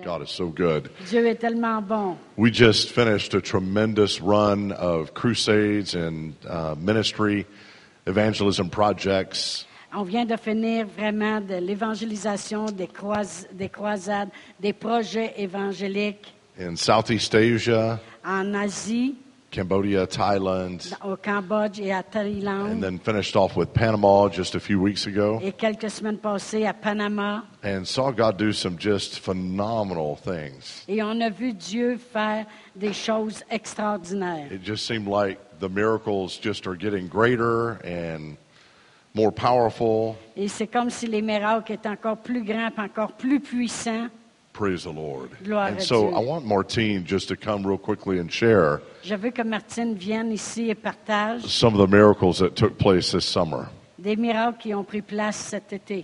God is so good. Dieu est tellement bon. We just finished a tremendous run of crusades and ministry, evangelism projects. On vient de finir vraiment de l'évangélisation, des croisades, des projets évangéliques In Southeast Asia, en Asie, Cambodia, Thailand, au Cambodge et à and Thaïlande, then finished off with Panama just a few weeks ago, et quelques semaines passées à Panama. and saw God do some just phenomenal things. Et on a vu Dieu faire des choses extraordinaires. It just seemed like the miracles just are getting greater and more powerful. Et c'est comme si les miracles étaient encore plus grands, et encore plus puissants. Praise the Lord. Gloire And à so Dieu. I want Martine just to come real quickly and share Je veux que Martine vienne ici et partage some of the miracles that took place this summer. des miracles qui ont pris place cet été.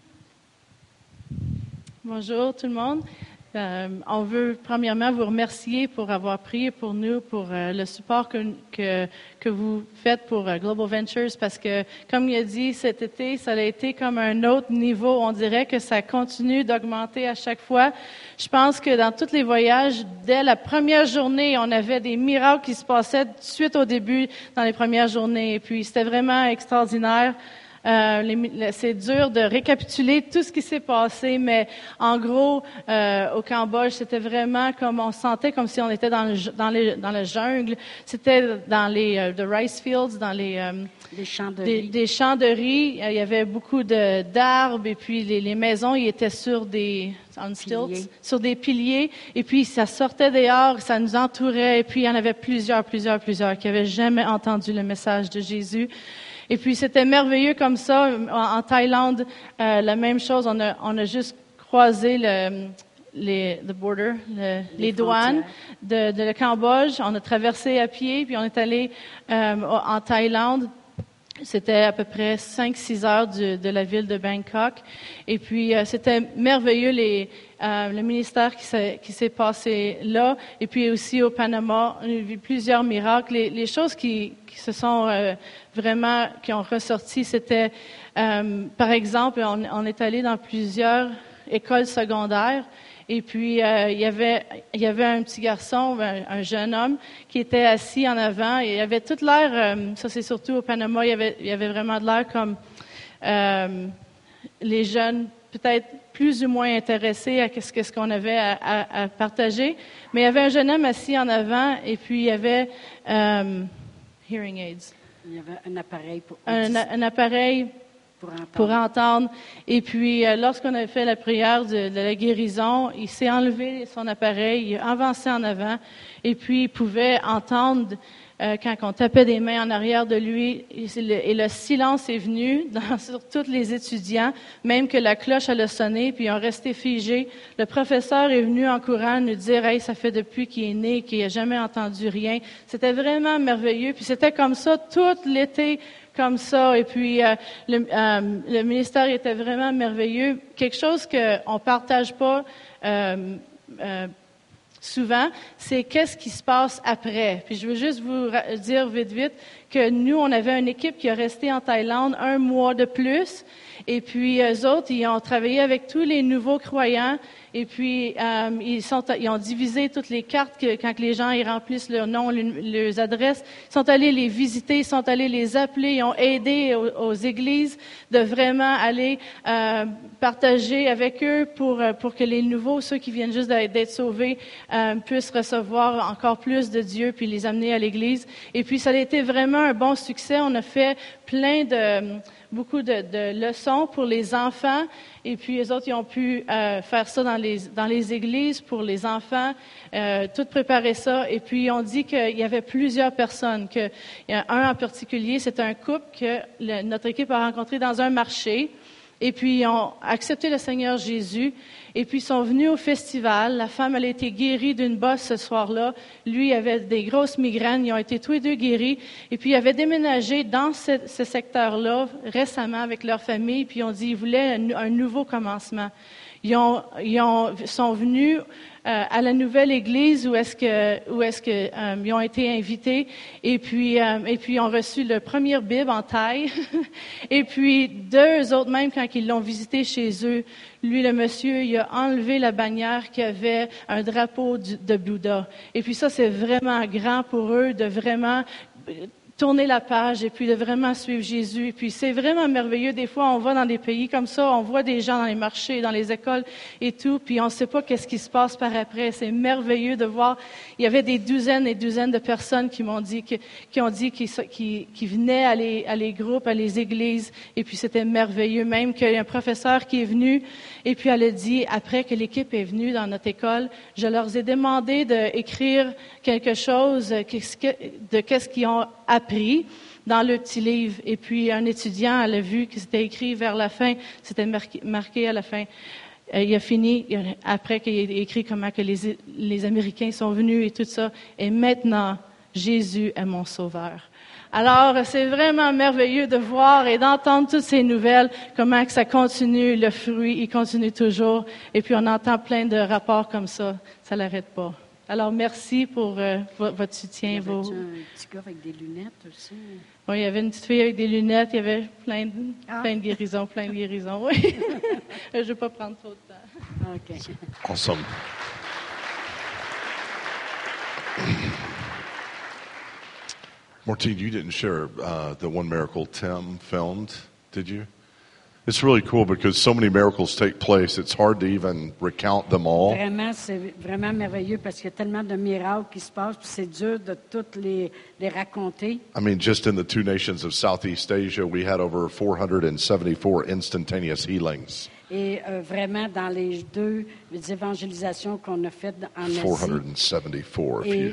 Bonjour tout le monde. On veut premièrement vous remercier pour avoir prié pour nous, pour le support que vous faites pour Global Ventures, parce que, comme il a dit, cet été, ça a été comme un autre niveau. On dirait que ça continue d'augmenter à chaque fois. Je pense que dans tous les voyages, dès la première journée, on avait des miracles qui se passaient tout de suite au début, dans les premières journées. Et puis, c'était vraiment extraordinaire. C'est dur de récapituler tout ce qui s'est passé, mais en gros, au Cambodge, c'était vraiment comme on sentait comme si on était dans la jungle. C'était dans les the rice fields, dans Des champs de riz. des champs de riz. Il y avait beaucoup d'arbres et puis les maisons, ils étaient sur des on stilts, Piliers. sur des piliers. Et puis ça sortait dehors, ça nous entourait. Et puis il y en avait plusieurs qui n'avaient jamais entendu le message de Jésus. Et puis c'était merveilleux comme ça. En Thaïlande, la même chose. On a juste croisé les douanes de le Cambodge. On a traversé à pied, puis on est allé en Thaïlande. C'était à peu près 5-6 heures de la ville de Bangkok. Et puis, c'était merveilleux le ministère qui s'est passé là. Et puis aussi au Panama, on a vu plusieurs miracles. Les choses qui se sont vraiment, qui ont ressorti, c'était, par exemple, on est allé dans plusieurs écoles secondaires. Et puis, il y avait un petit garçon, un jeune homme, qui était assis en avant. Et il avait toute l'air, ça c'est surtout au Panama, il y avait vraiment de l'air comme les jeunes, peut-être plus ou moins intéressés à ce qu'on avait à partager. Mais il y avait un jeune homme assis en avant, et puis il y avait hearing aids. Il y avait un appareil Un appareil pour entendre. Et puis, lorsqu'on a fait la prière de la guérison, il s'est enlevé son appareil, il a avancé en avant, et puis il pouvait entendre quand on tapait des mains en arrière de lui, et le silence est venu sur tous les étudiants, même que la cloche elle a sonné, puis ils ont resté figés. Le professeur est venu en courant nous dire « Hey, ça fait depuis qu'il est né, qu'il n'a jamais entendu rien. » C'était vraiment merveilleux, puis c'était comme ça tout l'été, comme ça. Et puis, le ministère était vraiment merveilleux. Quelque chose qu'on partage pas souvent, c'est qu'est-ce qui se passe après. Puis je veux juste vous dire vite que nous, on avait une équipe qui a resté en Thaïlande 1 mois de plus. Et puis, eux autres, ils ont travaillé avec tous les nouveaux croyants. Et puis, ils ont divisé toutes les cartes quand les gens ils remplissent leur nom, leurs adresses. Ils sont allés les visiter, ils sont allés les appeler, ils ont aidé aux églises de vraiment aller partager avec eux pour que les nouveaux, ceux qui viennent juste d'être sauvés, puissent recevoir encore plus de Dieu puis les amener à l'église. Et puis, ça a été vraiment un bon succès. On a fait beaucoup de leçons pour les enfants. Et puis, les autres, ils ont pu faire ça dans les églises pour les enfants, tout préparer ça. Et puis, on dit qu'il y avait plusieurs personnes. Il y a un en particulier, c'est un couple que notre équipe a rencontré dans un marché. Et puis, ils ont accepté le Seigneur Jésus. Et puis, ils sont venus au festival. La femme, elle a été guérie d'une bosse ce soir-là. Lui, il avait des grosses migraines. Ils ont été tous les deux guéris. Et puis, ils avaient déménagé dans ce secteur-là récemment avec leur famille. Puis, ils ont dit qu'ils voulaient un nouveau commencement. sont venus à la nouvelle église où est-ce que ils ont été invités et puis ont reçu le premier Bible en taille et puis deux autres même quand ils l'ont visité chez eux, lui le monsieur il a enlevé la bannière qui avait un drapeau de Bouddha et puis ça c'est vraiment grand pour eux de vraiment tourner la page et puis de vraiment suivre Jésus. Et puis c'est vraiment merveilleux. Des fois, on va dans des pays comme ça, on voit des gens dans les marchés, dans les écoles et tout, puis on ne sait pas qu'est-ce qui se passe par après. C'est merveilleux de voir. Il y avait des douzaines et douzaines de personnes qui m'ont dit qu'ils venaient à les groupes, à les églises, et puis c'était merveilleux. Même qu'il y a un professeur qui est venu, et puis elle a dit, après que l'équipe est venue dans notre école, je leur ai demandé d'écrire quelque chose de qu'est-ce qu'ils ont appris dans le petit livre. Et puis, un étudiant, elle a vu que c'était écrit vers la fin, c'était marqué à la fin. Il a fini, après qu'il ait écrit comment que les Américains sont venus et tout ça. Et maintenant, Jésus est mon sauveur. Alors, c'est vraiment merveilleux de voir et d'entendre toutes ces nouvelles, comment que ça continue, le fruit, il continue toujours. Et puis, on entend plein de rapports comme ça. Ça l'arrête pas. Alors, merci pour votre soutien. Il y avait un petit gars avec des lunettes aussi. Oui, il y avait une petite fille avec des lunettes. Il y avait plein de guérisons, oui. Je ne vais pas prendre trop de temps. OK. Awesome. Martine, you didn't share the one miracle Tim filmed, did you? It's really cool because so many miracles take place, it's hard to even recount them all. Vraiment, c'est vraiment merveilleux parce qu'il y a tellement de miracles qui se passent, puis c'est dur de toutes les raconter. I mean, just in the two nations of Southeast Asia, we had over 474 instantaneous healings. Et vraiment, dans les deux évangélisations qu'on a faites en Asie, 474. et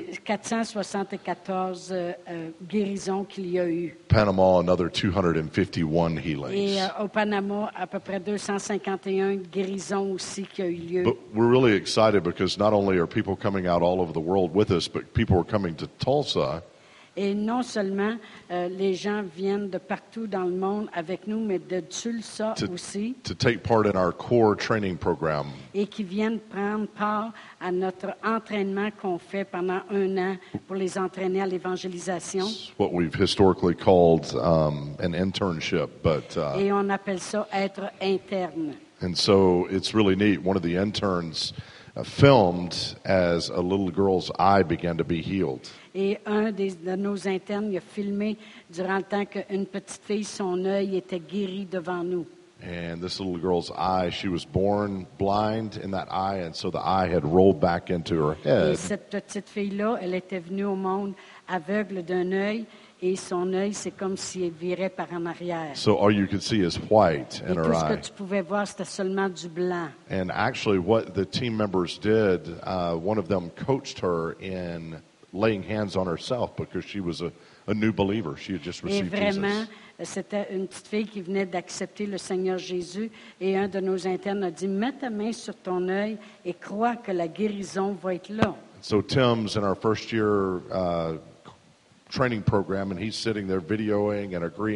474 guérisons qu'il y a eu. Panama, another 251 healings. Et au Panama, à peu près 251 guérisons aussi qui a eu lieu. But we're really excited because not only are people coming out all over the world with us, but people are coming to Tulsa. Et non seulement les gens viennent de partout dans le monde avec nous, mais de Tulsa aussi. To take part in our core training program. Et qui viennent prendre part à notre entraînement qu'on fait pendant 1 an pour les entraîner à l'évangélisation. It's what we've historically called an internship, but et on appelle ça être interne. And so it's really neat. One of the interns filmed as a little girl's eye began to be healed. Et un de nos internes il a filmé durant le temps qu'une petite fille, son œil était guéri devant nous. And this little girl's eye, she was born blind in that eye, and so the eye had rolled back into her Et head. cette petite fille-là, elle était venue au monde aveugle d'un œil, et son œil, c'est comme s'il virait par en arrière. So all you could see is white Et in her tout ce que eye. tu pouvais voir, c'était seulement du blanc. And actually, what the team members did, one of them coached her in laying hands on herself because she was a new believer. She had just Et received vraiment, Jesus. c'était une petite fille qui venait d'accepter le Seigneur Jésus. Et un de nos internes a dit, mets ta main sur ton œil et crois que la guérison va être là. So Tim's in our first year training program, and he's sitting there videoing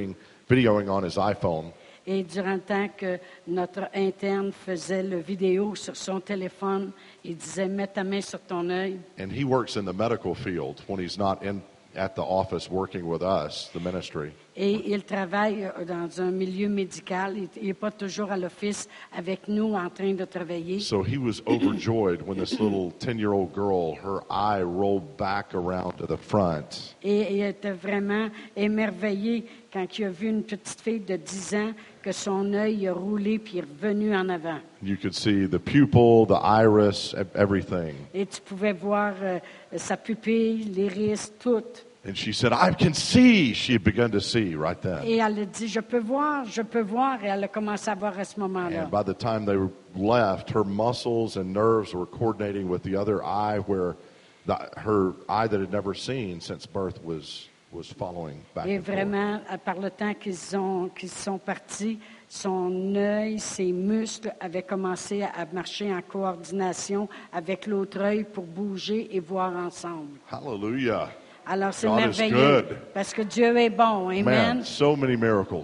on his iPhone. Et durant le temps que notre interne faisait le vidéo sur son téléphone, il disait, mets ta main sur ton œil. And he works in the medical field when he's not at the office working with us, the ministry. Et il travaille dans un milieu médical. Il n'est pas toujours à l'office avec nous en train de travailler. So he was overjoyed when this little 10-year-old girl, her eye rolled back around to the front. Et il était vraiment émerveillé quand il a vu une petite fille de 10 ans que son œil a roulé puis est revenu en avant. You could see the pupil, the iris, everything. Et tu pouvais voir sa pupille, l'iris, tout. And she said, I can see. She had begun to see right then. Et elle a dit, je peux voir. Et elle a commencé à voir à ce moment-là. And by the time they left, her muscles and nerves were coordinating with the other eye where her eye that had never seen since birth was following back Et and forth. vraiment, par le temps qu'ils sont partis, son œil, ses muscles avaient commencé à marcher en coordination avec l'autre œil pour bouger et voir ensemble. Hallelujah. Alors, c'est God is merveilleux good. parce que Dieu est bon. Amen. Man, so many miracles. Il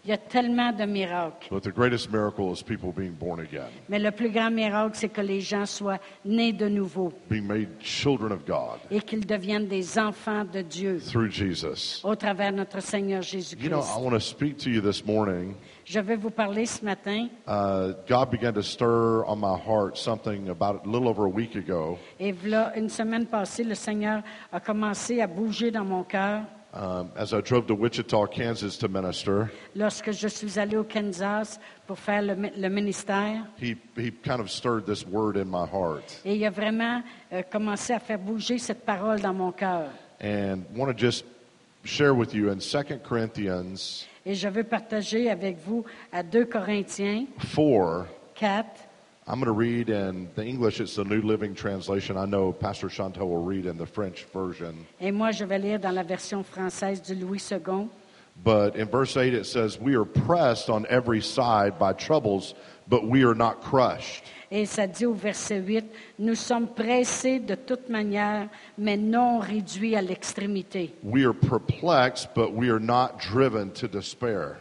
Il y a tellement de miracles. But the greatest miracle is people being born again, Mais le plus grand miracle, c'est que les gens soient nés de nouveau being made children of God et qu'ils deviennent des enfants de Dieu through Jesus. au travers de notre Seigneur You Jésus-Christ. know, I want to speak to you this morning. Je vais vous parler ce matin, God began to stir on my heart something about a little over a week ago. et voilà, une semaine passée, le Seigneur a commencé à bouger dans mon cœur As I drove to Wichita, Kansas to minister, lorsque je suis allé au Kansas pour faire le ministère. he kind of stirred this word in my heart. Et il a vraiment commencé à faire bouger cette parole dans mon cœur. And I want to just share with you in 2 Corinthians Et je veux partager avec vous à 2 Corinthiens 4. 4. I'm going to read in the English, it's the New Living Translation. I know Pastor Chantal will read in the French version. Et moi, je vais lire dans la version française du Louis II. But in verse 8 it says, "We are pressed on every side by troubles, but we are not crushed. Et ça dit au verset 8, « Nous sommes pressés de toute manière, mais non réduits à l'extrémité. We are perplexed, but we are not driven to despair."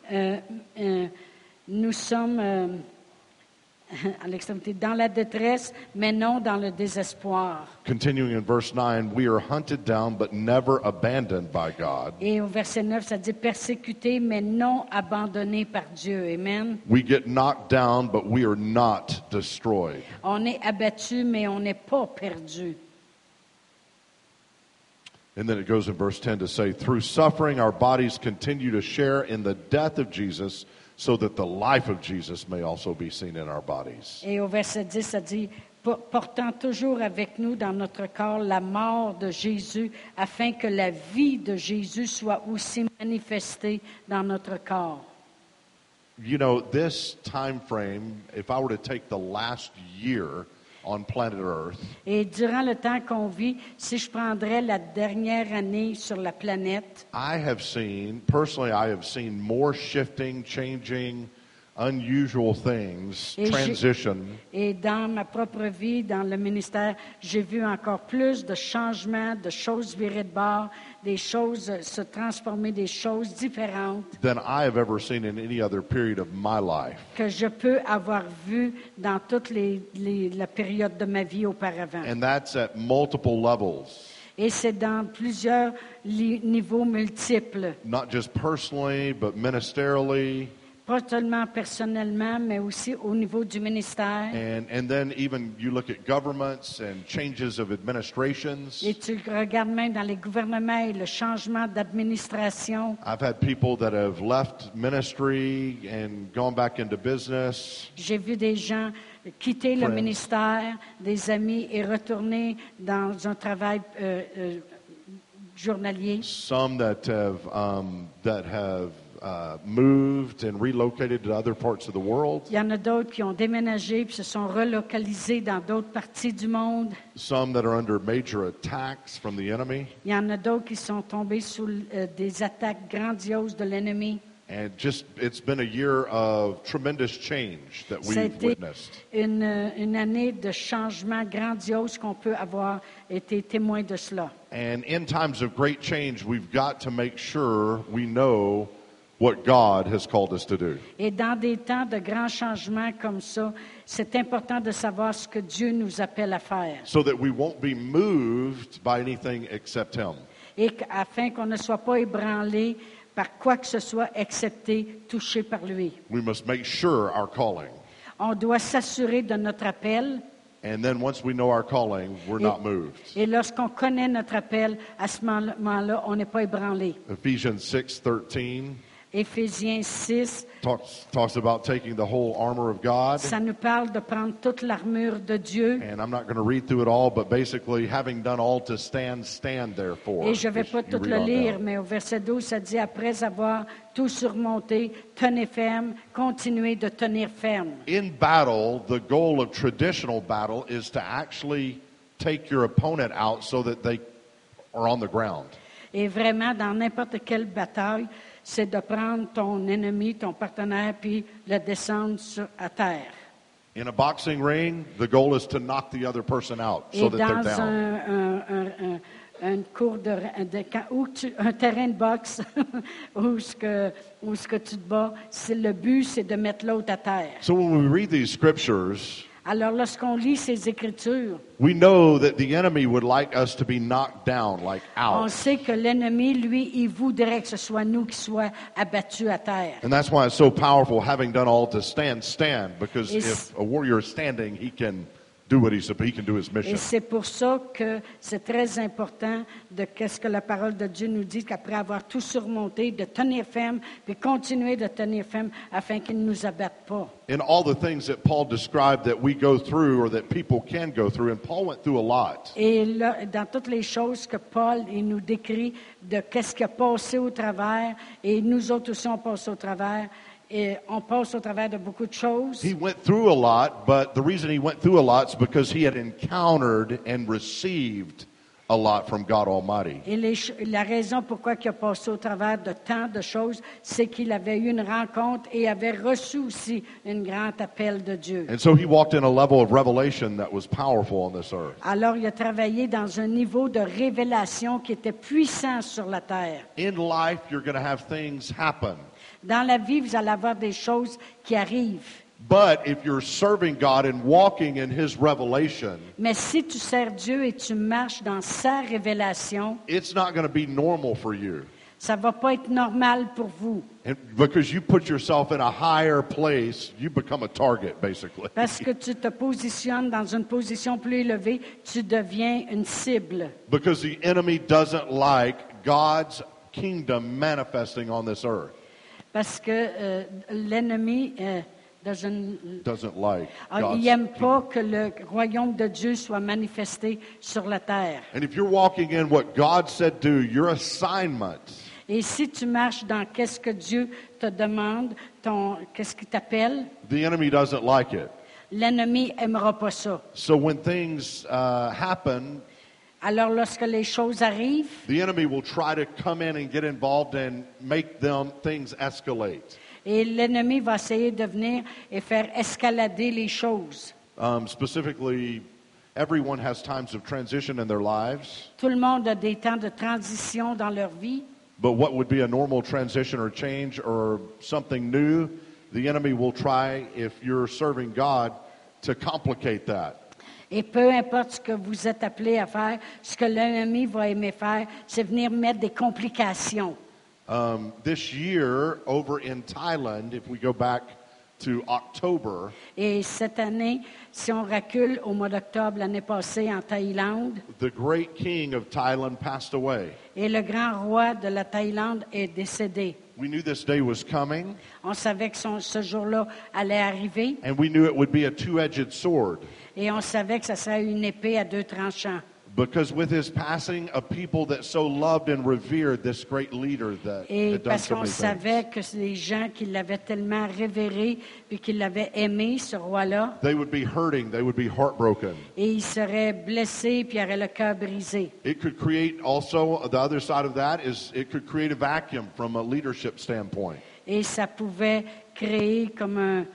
Nous sommes à l'extrémité, dans la détresse, mais non dans le désespoir. » Continuing in verse 9, "We are hunted down, but never abandoned by God. Et au verset 9, ça dit « Persécutés, mais non abandonnés par Dieu. » Amen. We get knocked down, but we are not destroyed." On est abattu, mais on n'est pas perdu. And then it goes in verse 10 to say, "Through suffering our bodies continue to share in the death of Jesus, so that the life of Jesus may also be seen in our bodies." Et au verset 10, ça dit « Portant toujours avec nous dans notre corps la mort de Jésus, afin que la vie de Jésus soit aussi manifestée dans notre corps. » You know, this time frame, if I were to take the last year on planet Earth, Et durant le temps qu'on vit, si je prendrais la dernière année sur la planète, I have seen more shifting, changing, unusual things, Et transition et dans ma propre vie, dans le ministère, j'ai vu encore plus de changements, de choses virer de bord, des choses se transformer, des choses différentes than I have ever seen in any other period of my life. que je peux avoir vu dans toute la période de ma vie auparavant. And that's at multiple levels, Et c'est dans plusieurs niveaux multiples, not just personally, but ministerially. pas seulement personnellement, mais aussi au niveau du ministère. And then even you look at governments and changes of administrations. Et tu regardes même dans les gouvernements et le changement d'administration. I've had people that have left ministry and gone back into business. J'ai vu des gens quitter le Friends. ministère, des amis, et retourner dans un travail journalier. Some that have moved and relocated to other parts of the world. Il y en a d'autres qui ont déménagé puis se sont relocalisés dans d'autres parties du monde. Some that are under major attacks from the enemy. Il y en a d'autres qui sont tombés sous des attaques grandioses de l'ennemi. And it's been a year of tremendous change that Ça a we've été witnessed. une année de changement grandiose qu'on peut avoir été témoin de cela. And in times of great change, we've got to make sure we know what God has called us to do. Et dans des temps de grands changements comme ça, c'est important de savoir ce que Dieu nous appelle à faire. So that we won't be moved by anything except Him. Et afin qu'on ne soit pas ébranlé par quoi que ce soit, excepté touché par lui. We must make sure our calling. On doit s'assurer de notre appel. And then once we know our calling, we're not moved. Et lorsqu'on connaît notre appel, à ce moment-là, on n'est pas ébranlé. Ephesians 6:13 Éphésiens 6, talks about taking the whole armor of God. ça nous parle de prendre toute l'armure de Dieu. And I'm not going to read through it all, but basically, having done all to stand therefore. Et je ne vais which pas you tout read le on lire, down. mais au verset 12, ça dit, après avoir tout surmonté, tenez ferme, continuez de tenir ferme. In battle, the goal of traditional battle is to actually take your opponent out so that they are on the ground. Et vraiment, dans n'importe quelle bataille, c'est de prendre ton ennemi, ton partenaire, puis le descendre à terre. In a boxing ring, the goal is to knock the other person out so Et that they're dans down. une cour un terrain de boxe où ce que tu te bats. Le but, c'est de mettre l'autre à terre. So when we read these scriptures, Alors, lorsqu'on lit ces Écritures, we know that the enemy would like us to be knocked down, like on out. sait que l'ennemi, lui, il voudrait que ce soit nous qui soient abattus à terre. And that's why it's so powerful, having done all to stand, because It's- if a warrior is standing, he can do what he can do his Et mission. c'est pour ça que c'est très important de qu'est-ce que la parole de Dieu nous dit, qu'après avoir tout surmonté, de tenir ferme, puis continuer de tenir ferme afin qu'il ne nous abatte pas. In all the things that Paul described that we go through or that people can go through, and Paul went through a lot. Et là, dans toutes les choses que Paul il nous décrit de qu'est-ce qui a passé au travers, et nous autres aussi on passe au travers, et on passe au travers de beaucoup de choses. He went through a lot, but the reason he went through a lot is because he had encountered and received a lot from God Almighty. Et la raison pourquoi il a passé au travers de tant de choses, c'est qu'il avait eu une rencontre et avait reçu aussi un grand appel de Dieu. And so he walked in a level of revelation that was powerful on this earth. Alors, il a travaillé dans un niveau de révélation qui était puissant sur la terre. In life, you're going to have things happen. Dans la vie, vous allez avoir des choses qui arrivent. But if you're serving God and walking in His revelation, Mais si tu sers Dieu et tu marches dans sa révélation, it's not going to be normal for you. ça ne va pas être normal pour vous. And because you put yourself in a higher place, you become a target, basically. Parce que tu te positionnes dans une position plus élevée, tu deviens une cible. Because the enemy doesn't like God's kingdom manifesting on this earth. Parce que l'ennemi Doesn't like il God's n'aime kingdom. pas que le royaume de Dieu soit manifesté sur la terre. And if you're walking in what God said do, your assignment Et si tu marches dans qu'est-ce que Dieu te demande, qu'est-ce qu'il t'appelle, the enemy doesn't like it. l'ennemi n'aimera pas ça. So when things happen, Alors lorsque les choses arrivent, the enemy will try to come in and get involved and make things escalate. et l'ennemi va essayer de venir et faire escalader les choses. Specifically, everyone has times of transition in their lives. Tout le monde a des temps de transition dans leur vie. But what would be a normal transition or change or something new, the enemy will try, if you're serving God, to complicate that. Et peu importe ce que vous êtes appelé à faire, ce que l'ennemi va aimer faire, c'est venir mettre des complications. This year, over in Thailand, if we go back to October, Et cette année, si on recule au mois d'octobre l'année passée en Thaïlande, the great king of Thailand passed away. et le grand roi de la Thaïlande est décédé. We knew this day was coming, On savait que ce jour-là allait arriver, and we knew it would be a two-edged sword. et on savait que ça serait une épée à deux tranchants. Because with his passing, a people that so loved and revered this great leader that Et had done parce so qu'on many savait things, que les gens qui l'avaient tellement révéré, puis qui l'avaient aimé, ce roi-là, they would be hurting, they would be heartbroken. et ils seraient blessés, puis auraient le cœur brisé. It could create also, the other side of that is it could create a vacuum from a leadership standpoint. Et ça pouvait créer comme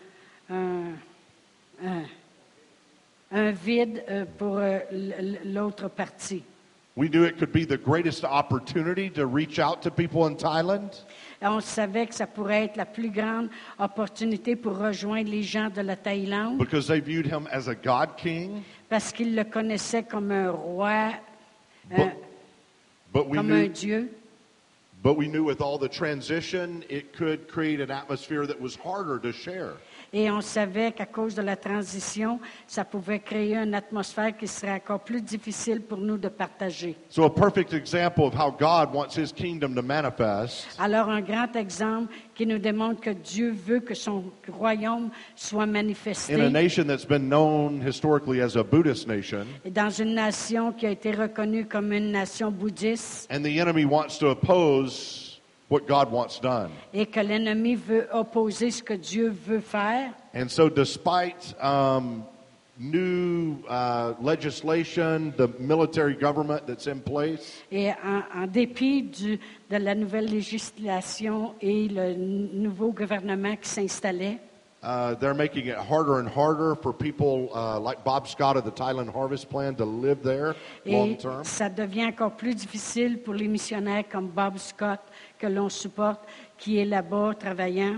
un vide pour l'autre partie. We knew it could be the greatest opportunity to reach out to people in Thailand. Et on savait que ça pourrait être la plus grande opportunité pour rejoindre les gens de la Thaïlande Because they viewed him as a God king, parce qu'ils le connaissaient comme un roi, but we comme un knew, Dieu. but we knew with all the transition, it could create an atmosphere that was harder to share. Et on savait qu'à cause de la transition, ça pouvait créer une atmosphère qui serait encore plus difficile pour nous de partager. So a perfect example of how God wants his kingdom to manifest Alors, un grand exemple qui nous démontre que Dieu veut que son royaume soit manifesté. in a nation that's been known historically as a Buddhist nation, Et dans une nation qui a été reconnue comme une nation bouddhiste, and the enemy wants to oppose what God wants done. et que l'ennemi veut opposer ce que Dieu veut faire. And so despite new legislation, the military government that's in place, Et en dépit de la nouvelle législation et le nouveau gouvernement qui s'installait, They're making it harder and harder for people like Bob Scott of the Thailand Harvest Plan to live there long Et term. ça devient encore plus difficile pour les missionnaires comme Bob Scott, que l'on supporte, qui est là-bas travaillant.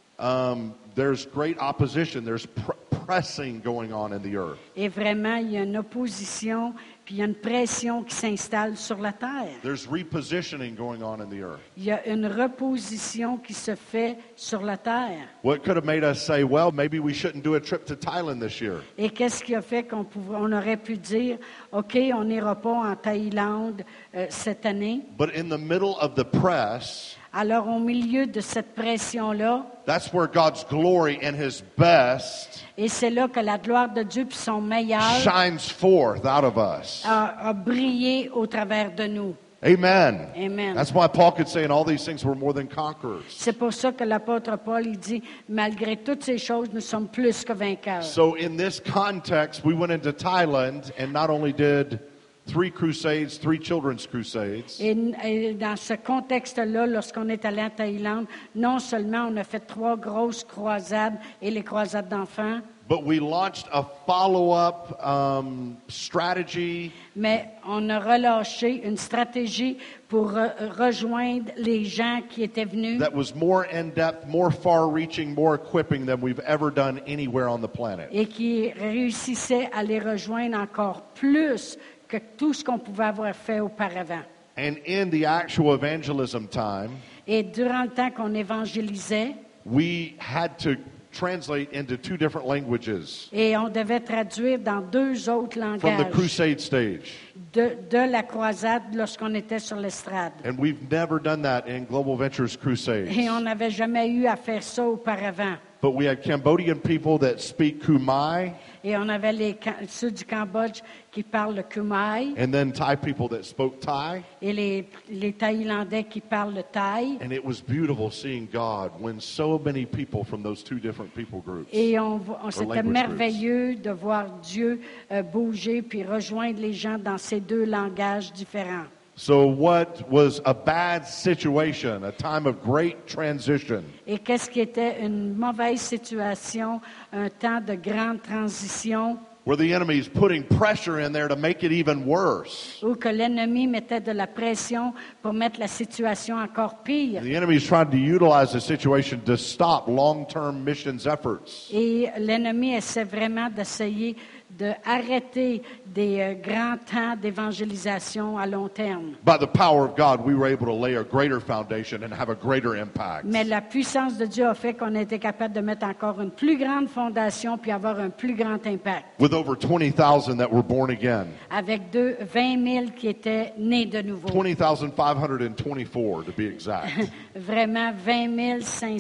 There's great opposition. There's pressing going on in the earth. Et vraiment, il y a une opposition, puis il y a une pression qui s'installe sur la terre. There's repositioning going on in the earth. Il y a une reposition qui se fait sur la terre. What could have made us say, well, maybe we shouldn't do a trip to Thailand this year? Et qu'est-ce qui a fait on aurait pu dire, OK, on n'ira pas en Thaïlande cette année. But in the middle of the press, Alors, au milieu de cette pression-là, that's where God's glory and His best et c'est là que la gloire de Dieu puis son meilleur shines forth out of us. a brillé au travers de nous. Amen. Amen. That's why Paul could say in all these things we're more than conquerors. C'est pour ça que l'apôtre Paul il dit, malgré toutes ces choses, nous sommes plus que vainqueurs. So in this context, we went into Thailand and not only did 3 crusades, 3 children's crusades, Et dans ce contexte-là, lorsqu'on est allé en Thaïlande, non seulement on a fait 3 grosses croisades et les croisades d'enfants, but we launched a follow-up strategy mais on a relâché une stratégie pour rejoindre les gens qui étaient venus that was more in-depth, more far-reaching, more equipping than we've ever done anywhere on the planet. et qui réussissait à les rejoindre encore plus que tout ce qu'on pouvait avoir fait auparavant. And in the actual evangelism time, Et durant le temps qu'on évangélisait, we had to translate into 2 different languages et on devait traduire dans 2 autres from the langages crusade stage. de la croisade lorsqu'on était sur l'estrade. And we've never done that in Global Ventures crusades. Et on n'avait jamais eu à faire ça auparavant. But we had Cambodian people that speak Khmer, Et on avait ceux du Cambodge qui parlent le Khmer and then Thai people that spoke Thai. et les Thaïlandais qui parlent le Thaï. And it was beautiful seeing God win so many people from those 2 different people groups. Et c'était language merveilleux de voir Dieu bouger puis rejoindre les gens dans ces 2 langages différents. So what was a bad situation, a time of great transition, Et qu'est-ce qui était une mauvaise situation, un temps de grande transition, where the enemy is putting pressure in there to make it even worse. où que l'ennemi mettait de la pression pour mettre la situation encore pire. The enemy is trying to utilize the situation to stop long-term missions efforts. Et l'ennemi essaie vraiment d'essayer d'arrêter des grands temps d'évangélisation à long terme. By the power of God, we were able to lay a greater foundation and have a greater impact. Mais la puissance de Dieu a fait qu'on a été capable de mettre encore une plus grande fondation puis avoir un plus grand impact. With over 20,000 that were born again. Avec 20 000 qui étaient nés de nouveau. 20,524 to be exact. Vraiment 20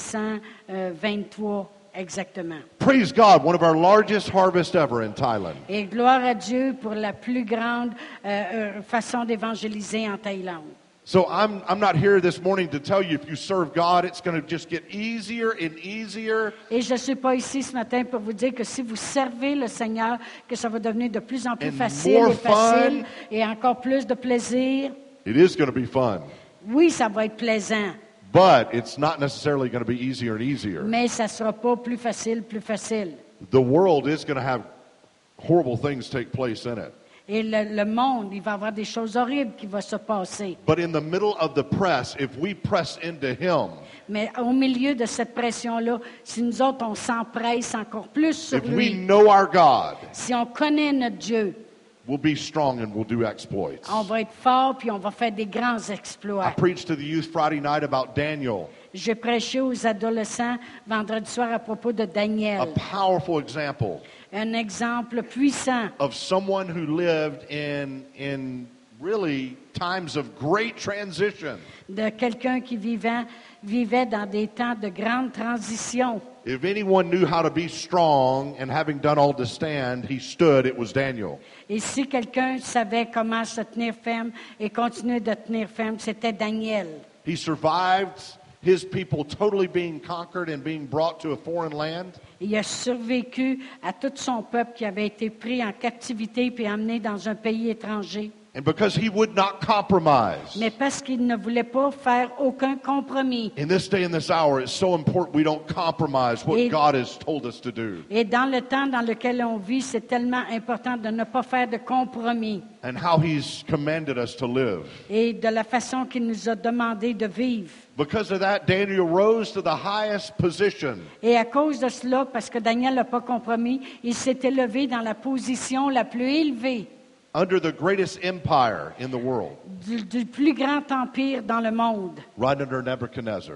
523 exactement. Praise God, one of our largest harvests ever in Thailand. Et gloire à Dieu pour la plus grande façon d'évangéliser en Thaïlande. So I'm not here this morning to tell you if you serve God, it's going to just get easier and easier. Et je ne suis pas ici ce matin pour vous dire que si vous servez le Seigneur, que ça va devenir de plus en plus And facile more et facile fun. et encore plus de plaisir. It is going to be fun, Oui, ça va être plaisant, but it's not necessarily going to be easier and easier. mais ça ne sera pas plus facile, plus facile. The world is going to have horrible things take place in it. Et le monde, il va y avoir des choses horribles qui vont se passer. But in the middle of the press, if we press into Him, Mais au milieu de cette pression-là, si nous autres, on s'empresse encore plus sur if we lui, know our God, si on connaît notre Dieu, we'll be strong and we'll do exploits. on va être fort puis on va faire des grands I exploits. preached to the youth Friday night about Daniel, J'ai prêché aux adolescents vendredi soir à propos de a Daniel. powerful example Un exemple puissant of someone who lived in really times of great transition. de quelqu'un qui vivait dans des temps de grande transition. If anyone knew how to be strong and having done all to stand, he stood, it was Daniel. Et si quelqu'un savait comment se tenir ferme et continuer de tenir ferme, c'était Daniel. He survived his people totally being conquered and being brought to a foreign land. Il a survécu à tout son peuple qui avait été pris en captivité puis emmené dans un pays étranger. And because he would not compromise. mais parce qu'il ne voulait pas faire aucun compromis. In this day and this hour, it's so important we don't compromise what Et- God has told us to do. Et dans le temps dans lequel on vit, c'est tellement important de ne pas faire de compromis. And how he's commanded us to live. Et de la façon qu'il nous a demandé de vivre. Because of that, Daniel rose to the highest position. Et à cause de cela, parce que Daniel n'a pas compromis, il s'est élevé dans la position la plus élevée Under the greatest empire in the world, du plus grand empire dans le monde, right under Nebuchadnezzar.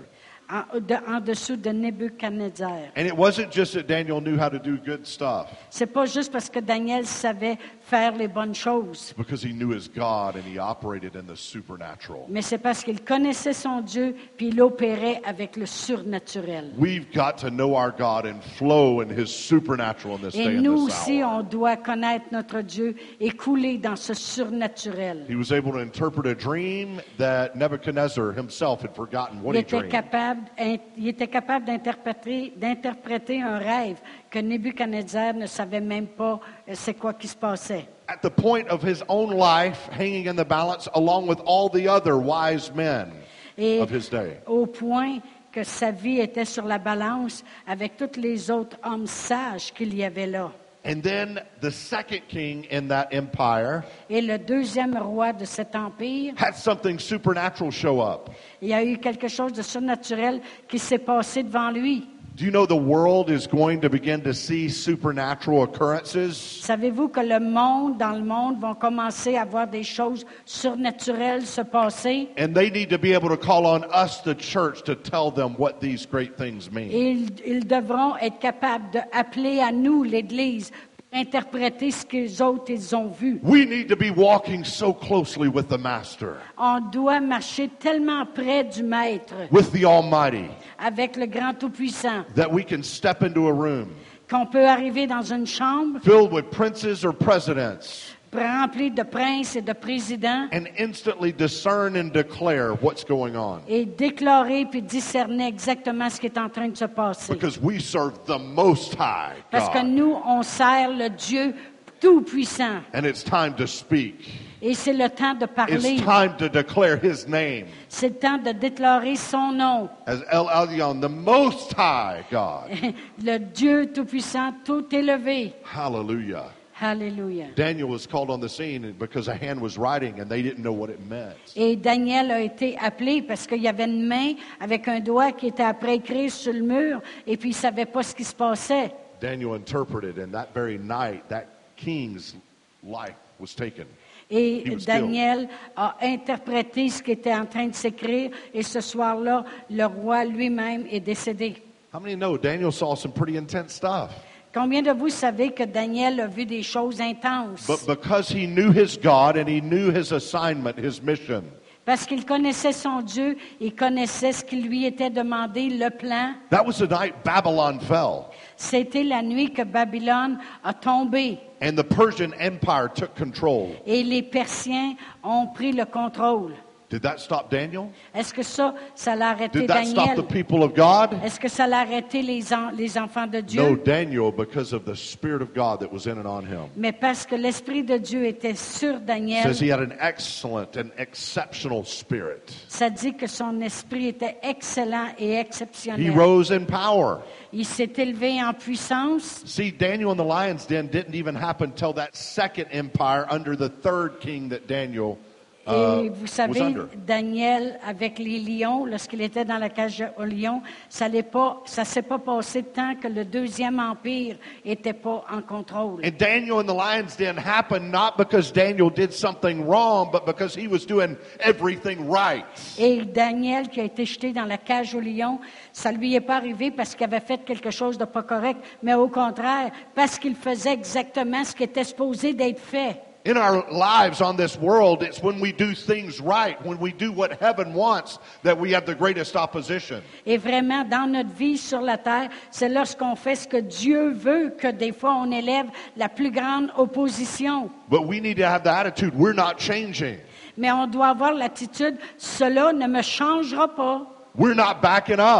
en dessous de Nebuchadnezzar. And it wasn't just that Daniel knew how to do good stuff, C'est pas juste parce que Daniel savait faire les bonnes choses, because he knew his God and he operated in the supernatural. mais c'est parce qu'il connaissait son Dieu puis il opérait avec le surnaturel. We've got to know our God and flow in his supernatural in this Et day and nous this aussi, hour. on doit connaître notre Dieu et couler dans ce surnaturel. He was able to interpret a dream that Nebuchadnezzar himself had forgotten what Il he était dreamed. il était capable d'interpréter un rêve que Nebuchadnezzar ne savait même pas c'est quoi qui se passait. At the point of his own life hanging in the balance along with all the other wise men Et of his day. au point que sa vie était sur la balance avec tous les autres hommes sages qu'il y avait là. And then the second king in that empire Et le deuxième roi de cet empire, had something supernatural show up. il y a eu quelque chose de surnaturel qui s'est passé devant lui. Do you know the world is going to begin to see supernatural occurrences? Savez-vous que dans le monde, vont commencer à voir des choses surnaturelles se passer? And they need to be able to call on us, the church, to tell them what these great things mean. Et ils devront être capables d'appeler à nous, l'Église, pour interpréter ce qu'ils autres ils ont vu. We need to be walking so closely with the Master, On doit marcher tellement près du Maître, with the Almighty, avec le Grand Tout-Puissant, that we can step into a room qu'on peut arriver dans une chambre filled with princes or presidents remplie de princes et de présidents and instantly discern and declare what's going on. et déclarer puis discerner exactement ce qui est en train de se passer. Because we serve the Most High Parce que God. nous, on sert le Dieu Tout-Puissant. And it's time to speak. Et c'est le temps de parler. It's time to declare His name C'est le temps de déclarer son nom. as El Elyon, the Most High God. Le Dieu Tout-Puissant, tout élevé. Hallelujah. Alléluia. Daniel was called on the scene because a hand was writing and they didn't know what it meant. Et Daniel a été appelé parce qu'il y avait une main avec un doigt qui était après écrit sur le mur et puis il ne savait pas ce qui se passait. Daniel interpreted, and that very night, that king's life was taken. Et He was Daniel a interprété ce qui était en train de s'écrire et ce soir-là, le roi lui-même est décédé. How many know Daniel saw some pretty intense stuff? Combien de vous savez que Daniel a vu des choses intenses? But because he knew his God and he knew his assignment, his mission, Parce qu'il connaissait son Dieu, il connaissait ce qui lui était demandé, le plan. that was the night Babylon fell. C'était la nuit que Babylone a tombé And the Persian Empire took control. et les Persiens ont pris le contrôle. Did that stop Daniel? Est-ce que ça l'a arrêté Did that stop Daniel? the people of God? Est-ce que ça l'a arrêté les enfants de Dieu? No, Daniel, because of the Spirit of God that was in and on him. Mais parce que l'Esprit de Dieu était sur Daniel, Says he had an excellent and exceptional spirit. ça dit que son esprit était excellent et He exceptionnel. rose in power. Il s'est élevé en puissance. See, Daniel in the lion's den didn't even happen till that second empire under the third king that Daniel Et vous was savez, under. Daniel, avec les lions, lorsqu'il était dans la cage aux lions, ça s'est pas passé tant que le deuxième empire était pas en contrôle. And Daniel in the lion's den happened not because Daniel did something wrong, but because he was doing everything right. Et Daniel, qui a été jeté dans la cage aux lions, ça lui est pas arrivé parce qu'il avait fait quelque chose de pas correct, mais au contraire, parce qu'il faisait exactement ce qui était supposé d'être fait. In our lives on this world, it's when we do things right, when we do what heaven wants, that we have the greatest opposition. Et vraiment, dans notre vie sur la terre, c'est lorsqu'on fait ce que Dieu veut que des fois on élève la plus grande opposition. But we need to have the attitude, we're not changing. Mais on doit avoir l'attitude, cela ne me changera pas. We're not backing up.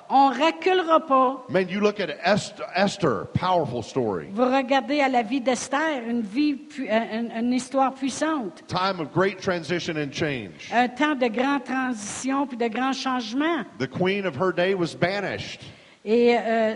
On reculera pas. Man, you look at Esther, powerful story. Vous regardez à la vie d'Esther, une histoire puissante. Time of great transition and change. Un temps de grande transition puis de grands changements. The queen of her day was banished. Et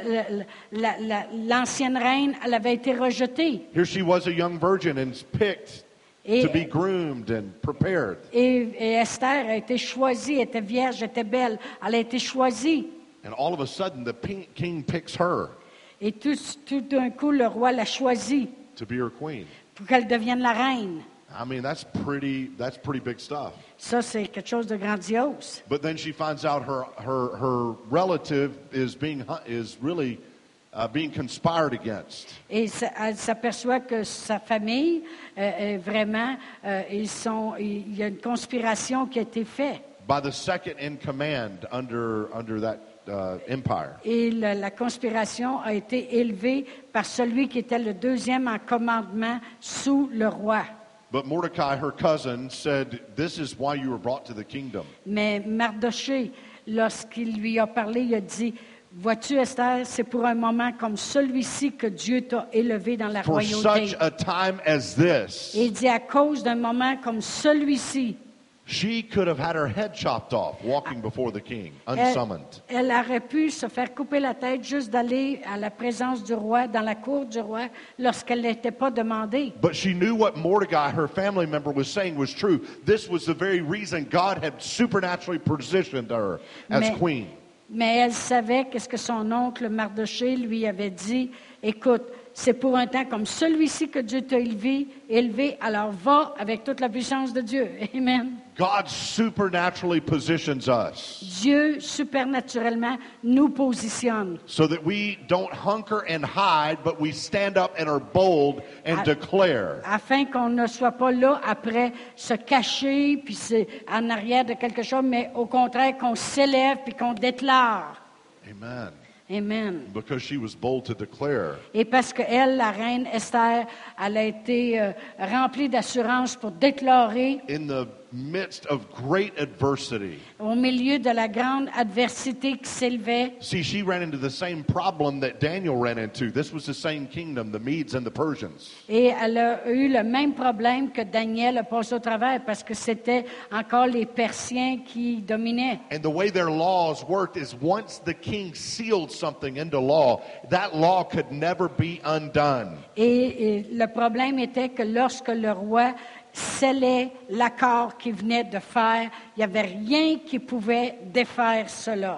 l'ancienne reine, elle avait été rejetée. Here she was, a young virgin, and picked to be groomed and prepared. Et Esther a été choisie, était vierge, était belle. Elle a été choisie. And all of a sudden, the king picks her Et tout d'un coup, le roi l'a choisie to be her queen. pour qu'elle devienne la reine. I mean, that's pretty big stuff. Ça, c'est quelque chose de grandiose. But then she finds out her relative is really being conspired against. Et elle s'aperçoit que sa famille, vraiment, il y a une conspiration qui a été faite. By the second in command under that empire. Et la conspiration a été élevée par celui qui était le deuxième en commandement sous le roi. But Mordecai, her cousin, said, "This is why you were brought to the kingdom." Mais Mardochée, lorsqu'il lui a parlé, il a dit, « Vois-tu, Esther, c'est pour un moment comme celui-ci que Dieu t'a élevé dans la For royauté. such a time as this, Et il dit, à cause d'un moment comme celui-ci, she could have had her head chopped off walking before the king, unsummoned. elle aurait pu se faire couper la tête juste d'aller à la présence du roi, dans la cour du roi, lorsqu'elle n'était pas demandée. But she knew what Mordecai, her family member, was saying was true. This was the very reason God had supernaturally positioned her as queen. Mais elle savait qu'est-ce que son oncle Mardochée lui avait dit. Écoute, c'est pour un temps comme celui-ci que Dieu t'a élevé, alors va avec toute la puissance de Dieu. Amen. God supernaturally positions us Dieu, supernaturellement, nous positionne. so that we don't hunker and hide, but we stand up and are bold and declare. Afin qu'on ne soit pas là après se cacher, puis c'est en arrière de quelque chose, mais au contraire qu'on s'élève puis qu'on déclare. Amen. Amen. Because she was bold to declare. Et parce qu'elle, la reine Esther, elle a été remplie d'assurance pour déclarer In the midst of great adversity. au milieu de la grande adversité qui s'élevait. See, she ran into the same problem that Daniel ran into. This was the same kingdom, the Medes and the Persians. Et elle a eu le même problème que Daniel a passé au travers parce que c'était encore les Persiens qui dominaient. And the way their laws worked is once the king sealed something into law, that law could never be undone. Et le problème était que lorsque le roi scellait l'accord qu'il venait de faire, il n'y avait rien qui pouvait défaire cela.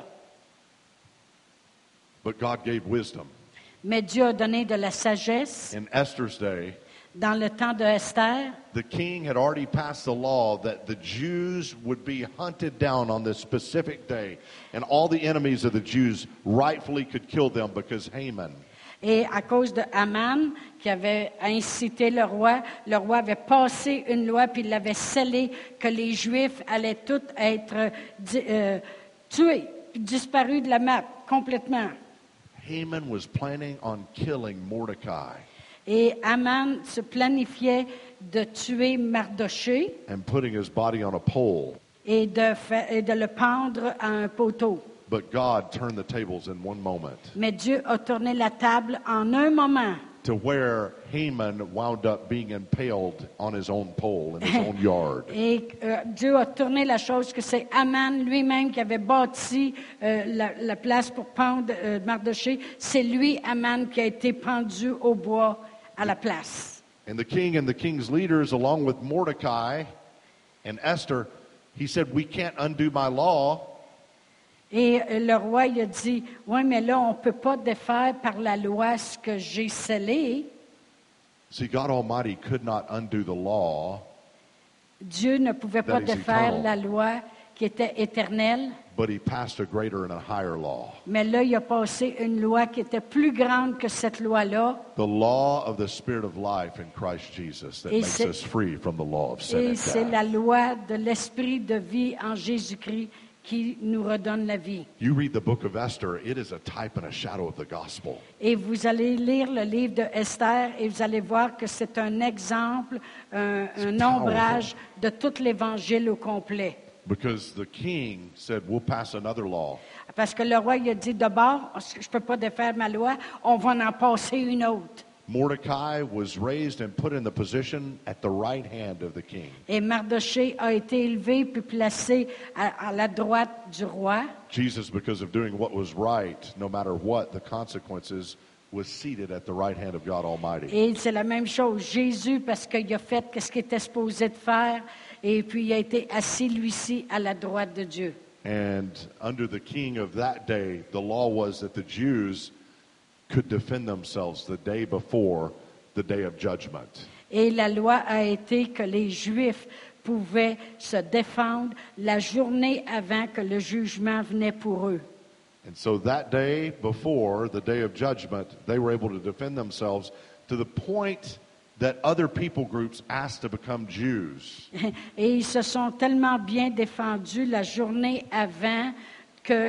But God gave wisdom. Mais Dieu a donné de la sagesse. In Esther's day, Dans le temps de Esther, the king had already passed the law that the Jews would be hunted down on this specific day, and all the enemies of the Jews rightfully could kill them because Haman. et à cause de Haman, qui avait incité le roi avait passé une loi, puis il l'avait scellé, que les Juifs allaient tous être tués, puis disparus de la map, complètement. Haman was planning on killing Mordecai Et Haman se planifiait de tuer Mardochée and putting his body on a pole. et de le pendre à un poteau. But God turned the tables in one moment Mais Dieu a tourné la table en un moment. to where Haman wound up being impaled on his own pole in his own yard. Et Dieu a tourné la chose que c'est Haman lui-même qui avait bâti la place pour pendre Mardochée. C'est lui, Haman, qui a été pendu au bois à la place. And the king and the king's leaders, along with Mordecai and Esther, he said, "We can't undo my law." Et le roi, il a dit, « Oui, mais là, on ne peut pas défaire par la loi ce que j'ai scellé. » See, God Almighty could not undo the law, Dieu ne pouvait pas That is défaire eternal. la loi qui était éternelle, but he passed a greater and a higher law. mais là, il a passé une loi qui était plus grande que cette loi-là. The law of the Spirit of life in Christ Jesus that Et makes c'est- us free from the law of sin Et and c'est death. la loi de l'esprit de vie en Jésus-Christ qui nous redonne la vie. You read the book of Esther, it is a type and a shadow of the gospel. Et vous allez lire le livre de Esther et vous allez voir que c'est un exemple, un ombrage de tout l'Évangile au complet. Because the king said, we'll pass another law. Parce que le roi il a dit, d'abord, je ne peux pas défaire ma loi, on va en passer une autre. Mordecai was raised and put in the position at the right hand of the king. Et Mardoché a été élevé puis placé à la droite du roi. Jesus, because of doing what was right, no matter what the consequences, was seated at the right hand of God Almighty. Et c'est la même chose. Jésus, parce qu'il a fait ce qu'il était supposé de faire, et puis il a été assis, lui-ci, à la droite de Dieu. And under the king of that day, the law was that the Jews could defend themselves the day before the day of judgment. Et la loi a été que les Juifs pouvaient se défendre la journée avant que le jugement venait pour eux. And so that day before the day of judgment, they were able to defend themselves to the point that other people groups asked to become Jews. Et ils se sont tellement bien défendus la journée avant que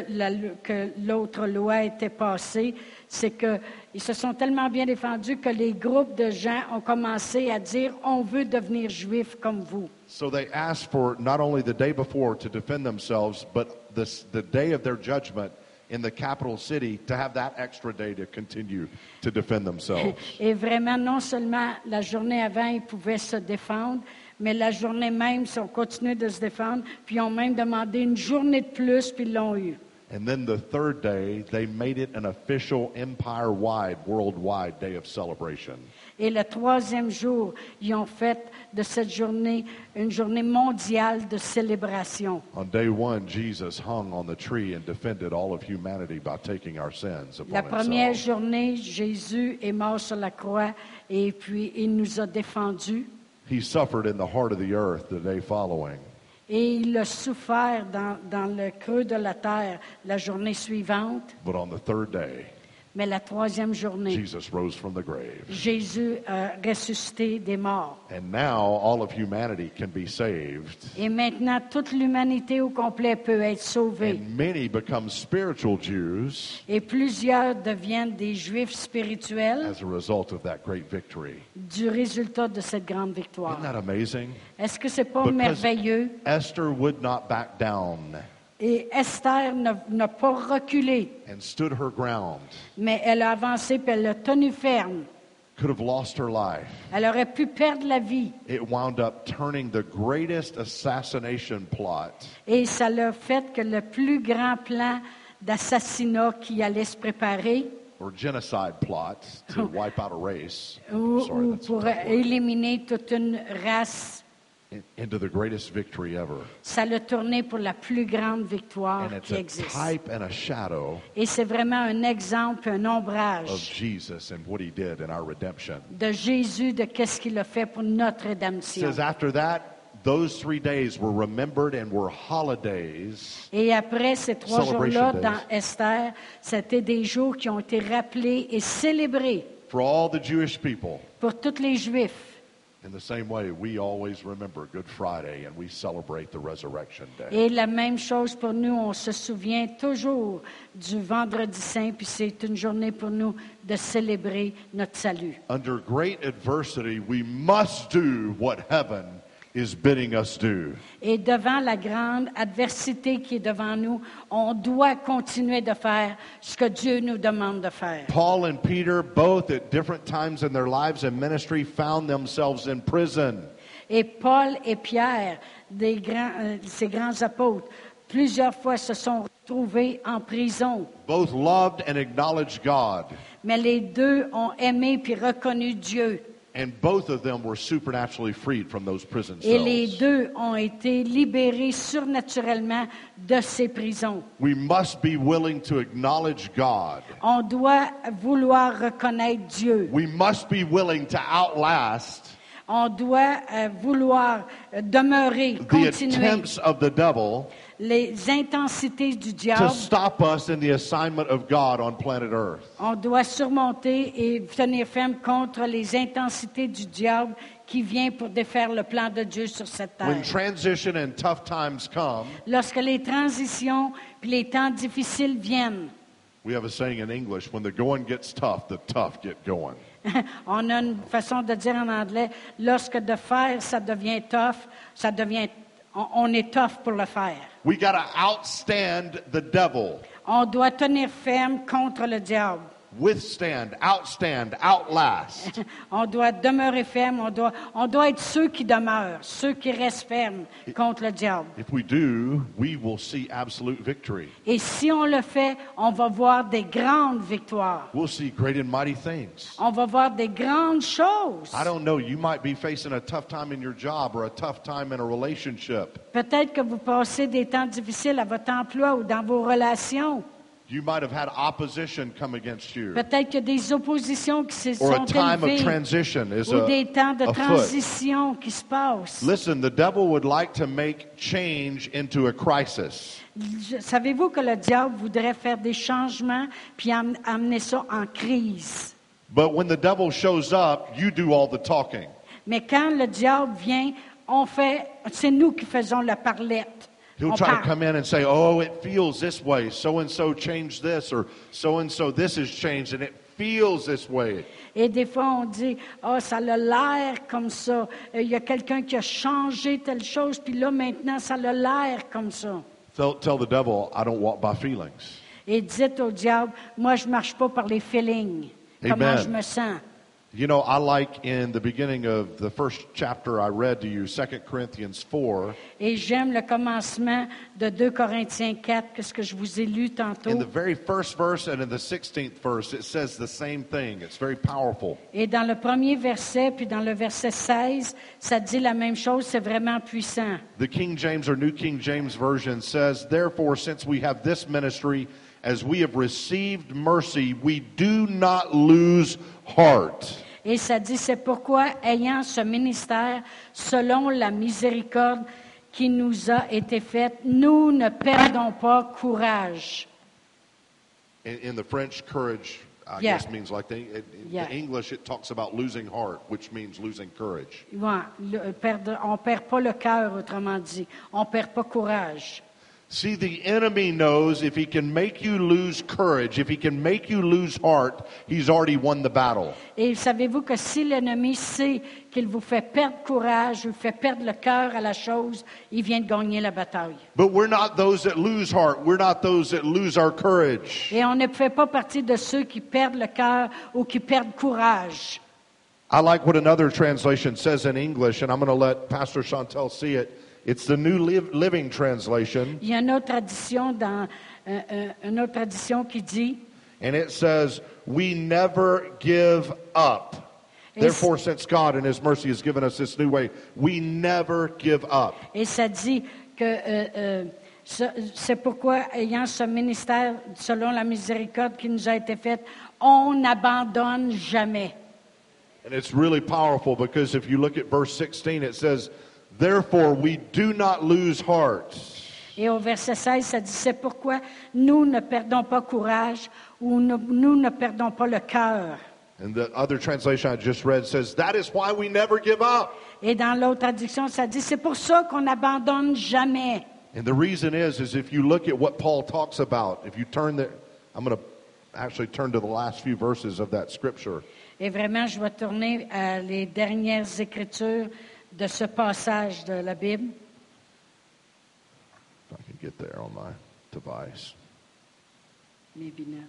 l'autre loi était passée, c'est qu'ils se sont tellement bien défendus que les groupes de gens ont commencé à dire « On veut devenir juifs comme vous ». So they asked for not only the day before to defend themselves, but the day of their judgment in the capital city to have that extra day to continue to defend themselves. Et vraiment, non seulement la journée avant, ils pouvaient se défendre, mais la journée même, ils ont continué de se défendre, puis ils ont même demandé une journée de plus, puis ils l'ont eu. And then the third day, they made it an official empire-wide, worldwide day of celebration. Et le troisième jour, ils ont fait de cette journée une journée mondiale de célébration. On day one, Jesus hung on the tree and defended all of humanity by taking our sins La upon première himself. journée, Jésus est mort sur la croix et puis il nous a défendus. He suffered in the heart of the earth the day following. Et il a souffert dans le creux de la terre la journée suivante. But on the third day, Mais la troisième journée, Jesus rose from the grave. Jésus a ressuscité des morts. And now all of humanity can be saved. Et maintenant, toute l'humanité au complet peut être sauvée. And many become spiritual Jews Et plusieurs deviennent des Juifs spirituels as a result of that great victory. du résultat de cette grande victoire. Isn't that amazing? Est-ce que c'est pas Because merveilleux? Esther would not back down Et Esther n'a pas reculé, and stood her ground. mais elle a avancé puis elle a tenu ferme. Could have lost her life. Elle aurait pu perdre la vie. It wound up turning the greatest assassination plot Et ça l'a fait que le plus grand plan d'assassinat qui allait se préparer, or genocide plot to wipe out a race. ou Sorry, that's a pour tough word. éliminer toute une race, Into the greatest victory ever. ça l'a tourné pour la plus grande victoire And it's qui a existe. type and a shadow Et c'est vraiment un exemple, un of ombrage Jesus and what he did in our redemption. de Jésus, de qu'est-ce qu'il a fait pour notre It rédemption. says after that, those 3 days were remembered and were holidays. Et après ces 3 Celebration jours-là, days. dans Esther, c'était des jours qui ont été rappelés et célébrés For all the Jewish people. pour tous les Juifs. In the same way, we always remember Good Friday and we celebrate the Resurrection Day. Et la même chose pour nous, on se souvient toujours du Vendredi Saint, puis c'est une journée pour nous de célébrer notre salut. Under great adversity, we must do what heaven is bidding us do. Et devant la grande adversité qui est devant nous, on doit continuer de faire ce que Dieu nous demande de faire. Paul and Peter, both at different times in their lives and ministry, found themselves in prison. Et Paul et Pierre, ces grands apôtres, plusieurs fois se sont retrouvés en prison. Both loved and acknowledged God, Mais les deux ont aimé puis reconnu Dieu. and both of them were supernaturally freed from those prison Et les cells. deux ont été libérés surnaturellement de ces prisons. We must be willing to acknowledge God. On doit vouloir reconnaître Dieu. We must be willing to outlast On doit vouloir demeurer, the continuer attempts of the devil les intensités du to diable. stop us in the assignment of God on planet Earth. On doit surmonter et tenir ferme contre les intensités du diable qui vient pour défaire le plan de Dieu sur cette When terre. transition and tough times come, Lorsque les transitions puis les temps difficiles viennent, we have a saying in English, when the going gets tough, the tough get going. on a une façon de dire en anglais, lorsque de faire, ça devient tough, On est tough pour le faire. We got to outstand the devil. On doit tenir ferme contre le diable. Withstand, outstand, outlast. On doit demeurer ferme. On doit être ceux qui demeurent, ceux qui restent fermes contre le diable. If we do, we will see absolute victory. Et si on le fait, on va voir des grandes victoires. We'll see great and mighty things. On va voir des grandes choses. I don't know, you might be facing a tough time in your job or a tough time in a relationship. Peut-être que vous passez des temps difficiles à votre emploi ou dans vos relations. You might have had opposition come against you. Peut-être qu'il y a des oppositions qui se Or a sont time of élevées transition is ou des temps de afoot. transition qui se passent. Listen, the devil would like to make change into a crisis. Savez-vous que le diable voudrait faire des changements puis amener ça en crise? But when the devil shows up, you do all the talking. Mais quand le diable vient, c'est nous qui faisons la parlette. He'll On try to parle. come in and say, oh, it feels this way. So-and-so changed this, or so-and-so this has changed, and it feels this way. Et des fois, on dit, ça a l'air comme ça. Il y a quelqu'un qui a changé telle chose, puis là, maintenant, ça a l'air comme ça. Tell the devil, I don't walk by feelings. Et dites au diable, moi, je ne marche pas par les feelings. Comment Amen. je me sens. You know, I like in the beginning of the first chapter I read to you, 2 Corinthians 4. Et j'aime le commencement de 2 Corinthiens 4, que ce que je vous ai lu tantôt. In the very first verse and in the 16th verse, it says the same thing. It's very powerful. Et dans le premier verset, puis dans le verset 16, ça dit la même chose, c'est vraiment puissant. The King James or New King James Version says, therefore, since we have this ministry, as we have received mercy, we do not lose heart. Et ça dit, c'est pourquoi, ayant ce ministère, selon la miséricorde qui nous a été faite, nous ne perdons pas courage. In the French, courage, I Yeah. guess, means like Yeah. the English, it talks about losing heart, which means losing courage. Ouais, on ne perd pas le cœur, autrement dit. On ne perd pas courage. See, the enemy knows if he can make you lose courage, if he can make you lose heart, he's already won the battle. Et savez-vous que si l'ennemi sait qu'il vous fait perdre courage, vous fait perdre le cœur à la chose, il vient de gagner la bataille. But we're not those that lose heart. We're not those that lose our courage. Et on ne fait pas partie de ceux qui perdent le cœur ou qui perdent courage. I like what another translation says in English, and I'm going to let Pastor Chantel see it. It's the New Living Translation, Il y a une autre tradition une autre tradition qui dit, and it says, we never give up. Therefore, since God in His mercy has given us this new way, we never give up. et ça dit que c'est pourquoi, ayant ce ministère selon la miséricorde qui nous a été faite, on n'abandonne jamais. And it's really powerful because if you look at verse 16, it says, therefore, we do not lose heart. Et au verset 16, ça dit, c'est pourquoi nous ne perdons pas courage ou nous ne perdons pas le cœur. And the other translation I just read says, that is why we never give up. Et dans l'autre traduction, ça dit, c'est pour ça qu'on n'abandonne jamais. And the reason is if you look at what Paul talks about, if you turn there, I'm going to actually turn to the last few verses of that scripture. Et vraiment, je vais tourner à les dernières écritures de ce passage de la Bible. If I can get there on my device. Maybe not.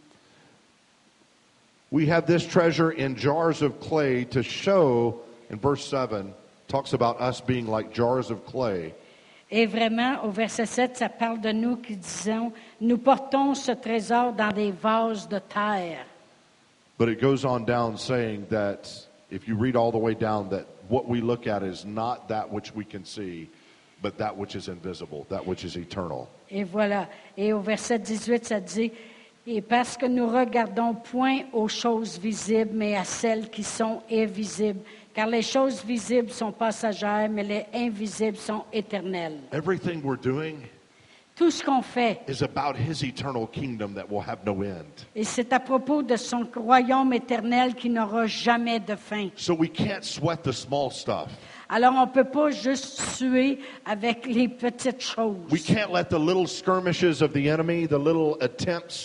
We have this treasure in jars of clay to show, in verse 7, talks about us being like jars of clay. Et vraiment, au verset 7, ça parle de nous qui disons, nous portons ce trésor dans des vases de terre. But it goes on down saying that, if you read all the way down, that what we look at is not that which we can see, but that which is invisible, that which is eternal. Et voilà. Et au verset 18, ça dit, et parce que nous regardons point aux choses visibles, mais à celles qui sont invisibles. Car les choses visibles sont passagères, mais les invisibles sont éternelles. Everything we're doing Tout ce qu'on fait, is about His eternal kingdom that will have no end. et c'est à propos de son royaume éternel qui n'aura jamais de fin. So we can't sweat the small stuff. Alors, on ne peut pas juste suer avec les petites choses. We can't let the little skirmishes of the enemy, the little attempts,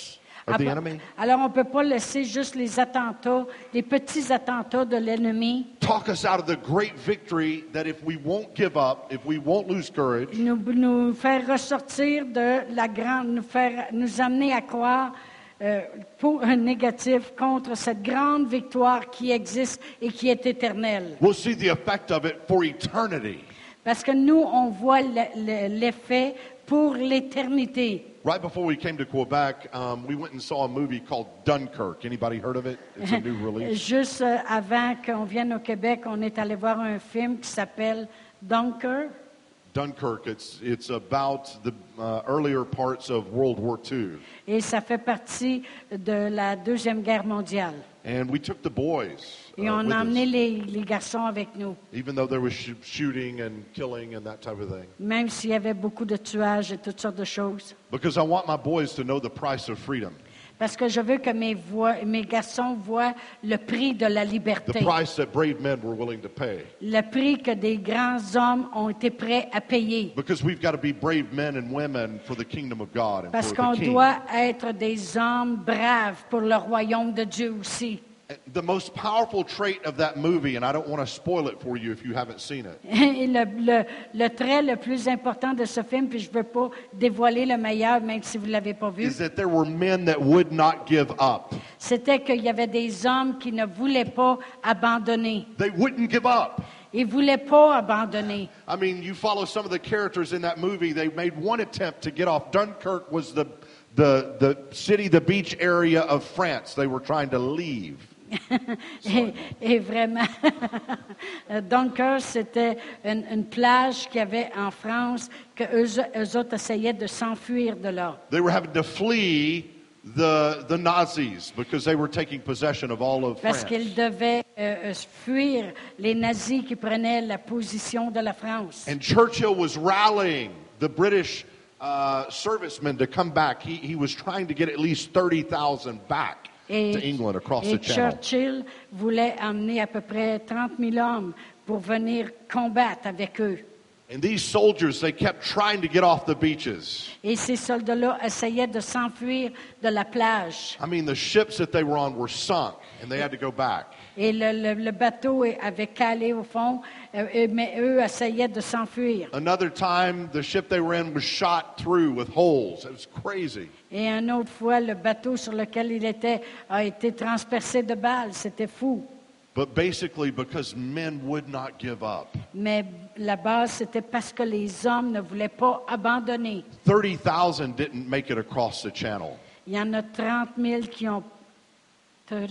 of the enemy? Alors, on ne peut pas laisser juste les attentats, les petits attentats de l'ennemi Talk us out of the great victory that if we won't give up, if we won't lose courage, nous faire ressortir de la grande, nous amener à croire pour un négatif contre cette grande victoire qui existe et qui est éternelle. we'll see the effect of it for eternity. Parce que nous, on voit l'effet pour l'éternité. Right before we came to Quebec, we went and saw a movie called Dunkirk. Anybody heard of it? It's a new release. Juste avant qu'on vienne au Québec, on est allé voir un film qui s'appelle Dunkirk. Dunkirk, it's about the earlier parts of World War II. Et ça fait partie de la Deuxième Guerre mondiale. And we took the boys Et on with a emmené us, les garçons avec nous, even though there was shooting and killing and that type of thing. même s'il y avait beaucoup de tuages et toutes sortes de choses. Because I want my boys to know the price of freedom, Parce que je veux que mes garçons voient le prix de la the liberté, price that brave men were willing to pay. le prix que des grands hommes ont été prêts à payer. Because we've got to be brave men and women for the kingdom of God and Parce for qu'on the King. doit être des hommes braves pour le royaume de Dieu aussi. The most powerful trait of that movie, and I don't want to spoil it for you if you haven't seen it, Et le trait le plus important de ce film, puis je ne veux pas dévoiler le meilleur, même si vous ne l'avez pas vu, is that there were men that would not give up. c'était qu'il y avait des hommes qui ne voulaient pas abandonner. They wouldn't give up. Ils ne voulaient pas abandonner. I mean, you follow some of the characters in that movie. They made one attempt to get off. Dunkirk was the city, the beach area of France. They were trying to leave. Et vraiment, Dunkirk, c'était une plage qu'il y avait en France que eux autres essayaient de s'enfuir de là. They were having to flee the Nazis because they were taking possession of all of Parce France. qu'ils devaient fuir les nazis qui prenaient la position de la France. And Churchill was rallying the British servicemen to come back. He was trying to get at least 30,000 back to England across the Channel. Churchill voulait emmener à peu près 30 000 hommes pour venir combattre avec eux. And these soldiers, they kept trying to get off the beaches. Et ces soldats-là essayaient de s'enfuir de la plage. I mean, the ships that they were on were sunk, and they had to go back. Et le bateau avait calé au fond, mais eux essayaient de s'enfuir. Another time, the ship they were in was shot through with holes. It was crazy. Et une autre fois, le bateau sur lequel il était a été transpercé de balles. C'était fou. But basically, because men would not give up. Mais la base, c'était parce que les hommes ne voulaient pas abandonner. 30,000 didn't make it across the Channel. Il y en a 30 000 qui ont... 30?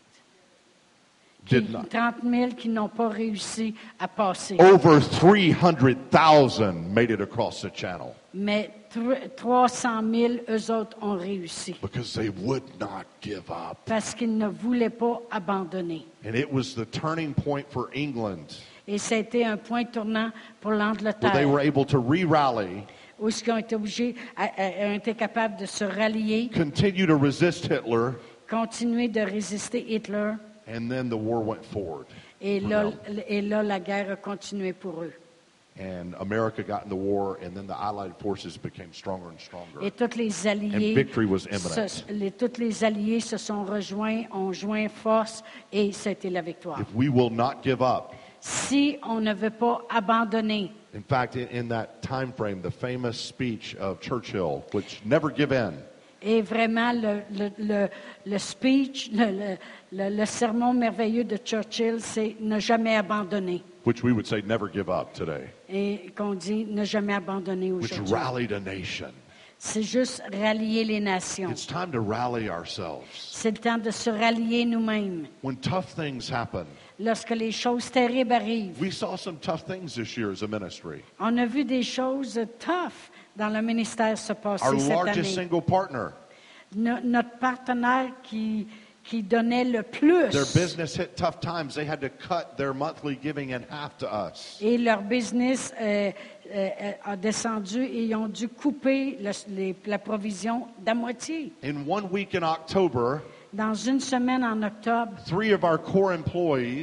Did not. 30 000 qui n'ont pas réussi à passer. Over 300,000 made it across the Channel Mais 300 000, eux autres, ont réussi. because they would not give up. Parce qu'ils ne voulaient pas abandonner. And it was the turning point for England, Et ça a été un point tournant pour where they l'Angleterre, were able to re-rally, où ils ont été obligés, ont été capables de se rallier, continue to resist Hitler, continuer de résister Hitler. and then the war went forward. Et là, la guerre a continué pour eux. And America got in the war, and then the Allied forces became stronger and stronger. Et tous les alliés, And victory was imminent. tous les alliés se sont rejoints, ont joint force, et c'était la victoire. If we will not give up, Si on ne veut pas abandonner, in fact, in that time frame, the famous speech of Churchill, which never give in, et vraiment le speech, le sermon merveilleux de Churchill, c'est ne jamais abandonner. which we would say never give up today, Et qu'on dit ne jamais abandonner which aujourd'hui. rallied a nation. C'est juste rallier les nations. It's time to rally ourselves. C'est le temps de se rallier nous-mêmes. When tough things happen, Lorsque les choses terribles arrivent, we saw some tough things this year as a ministry. on a vu des choses tough dans le ministère se passer Our cette largest année. single partner, Notre partenaire qui donnait le plus, their business hit tough times. They had to cut their monthly giving in half to us. et leur business a descendu et ils ont dû couper la provision d'à moitié. In 1 week in October, Dans une semaine en octobre, 3 of our core employees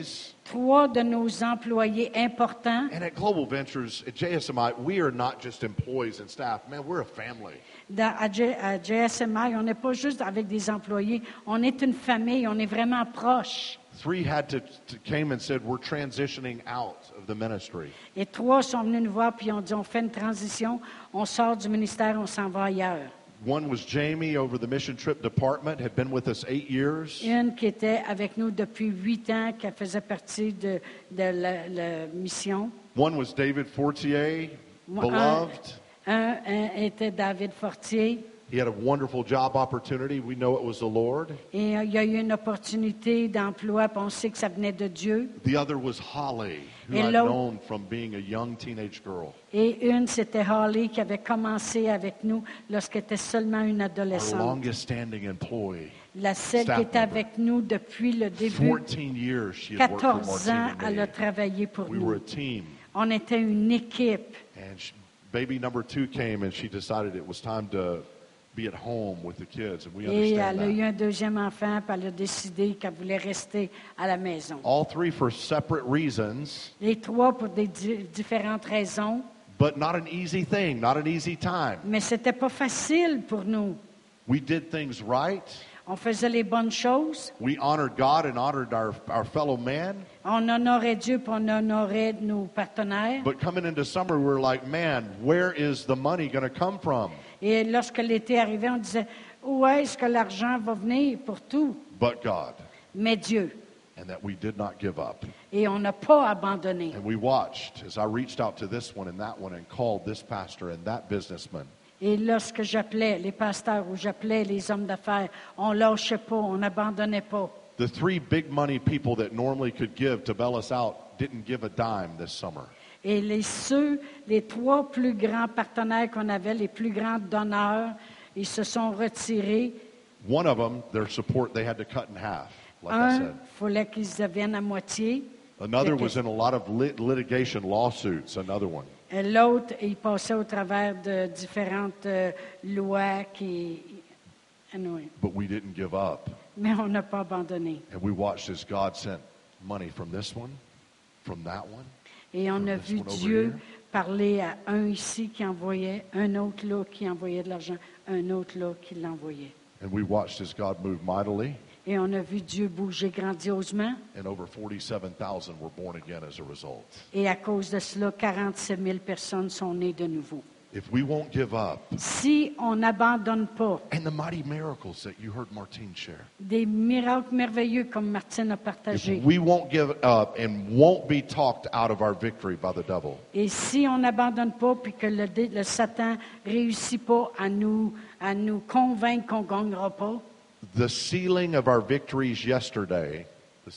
3 de nos employés importants. And at Global Ventures, at JSMI, we are not just employees and staff. Man, we're a family. À JSMI, on n'est pas juste avec des employés, on est une famille, on est vraiment proches. 3 had to came and said, we're transitioning out of the ministry. Et 3 sont venus nous voir puis ont dit, on fait une transition, on sort du ministère, on s'en va ailleurs. 1 was Jamie over the mission trip department, had been with us 8 years. Une qui était avec nous depuis 8 ans, qui faisait partie de la mission. 1 was David Fortier, beloved. Un était David Fortier. He had a wonderful job opportunity. We know it was the Lord. Et il y a eu une opportunité d'emploi, puis on sait que ça venait de Dieu. The other was Holly, who Et I'd l'autre- known from being a young teenage girl. Et une, c'était Holly, qui avait commencé avec nous lorsqu'elle était seulement une Our adolescente. longest standing employee. Celle staff qui était member. avec nous depuis le début. 14 years she had worked for 14 ans, Martine elle a and me. travaillé pour We were a nous. team. On était une équipe. And baby number 2 came and she decided it was time to be at home with the kids. And we Et understand elle a eu that. un deuxième enfant, puis elle a décidé qu'elle voulait rester à la maison. All 3 for separate reasons, Les 3 pour des différentes raisons, but not an easy thing, not an easy time. mais c'était pas facile pour nous. We did things right. On faisait les bonnes choses, We honored God and honored our fellow man. on honorait Dieu, puis on honorait nos partenaires. But coming into summer, we were like, man, where is the money going to come from? Et lorsque l'été arrivait, on disait, où est-ce que l'argent va venir pour tout? But God. Mais Dieu. And that we did not give up. Et on n'a pas abandonné. And we watched as I reached out to this one and that one and called this pastor and that businessman. Et lorsque j'appelais les pasteurs ou j'appelais les hommes d'affaires, on lâchait pas, on n'abandonnait pas. The 3 big money people that normally could give to bail us out didn't give a dime this summer. Et les 3 plus grands partenaires qu'on avait, les plus grands donneurs, ils se sont retirés. One of them, their support, they had to cut in half, like I Un, said. il fallait qu'ils deviennent à moitié. Another was in a lot of litigation lawsuits, another one. Et l'autre, il passait au travers de différentes lois qui... Anyway. But we didn't give up. Mais on n'a pas abandonné. And we watched as God sent money from this one, from that one. Et on a This vu one over Dieu here. parler à un ici qui envoyait, un autre là qui envoyait de l'argent, un autre là qui l'envoyait. And we watched as God moved mightily, Et on a vu Dieu bouger grandiosement. and over 47,000 were born again as a result. Et à cause de cela, 47 000 personnes sont nées de nouveau. If we won't give up, Si on n'abandonne pas and the mighty miracles that you heard Martine share, des miracles merveilleux comme Martine a partagé, if we won't give up and won't be talked out of our victory by the devil, et si on n'abandonne pas puis que le Satan réussit pas à nous convaincre qu'on ne gagnera pas, the ceiling of our victories yesterday, le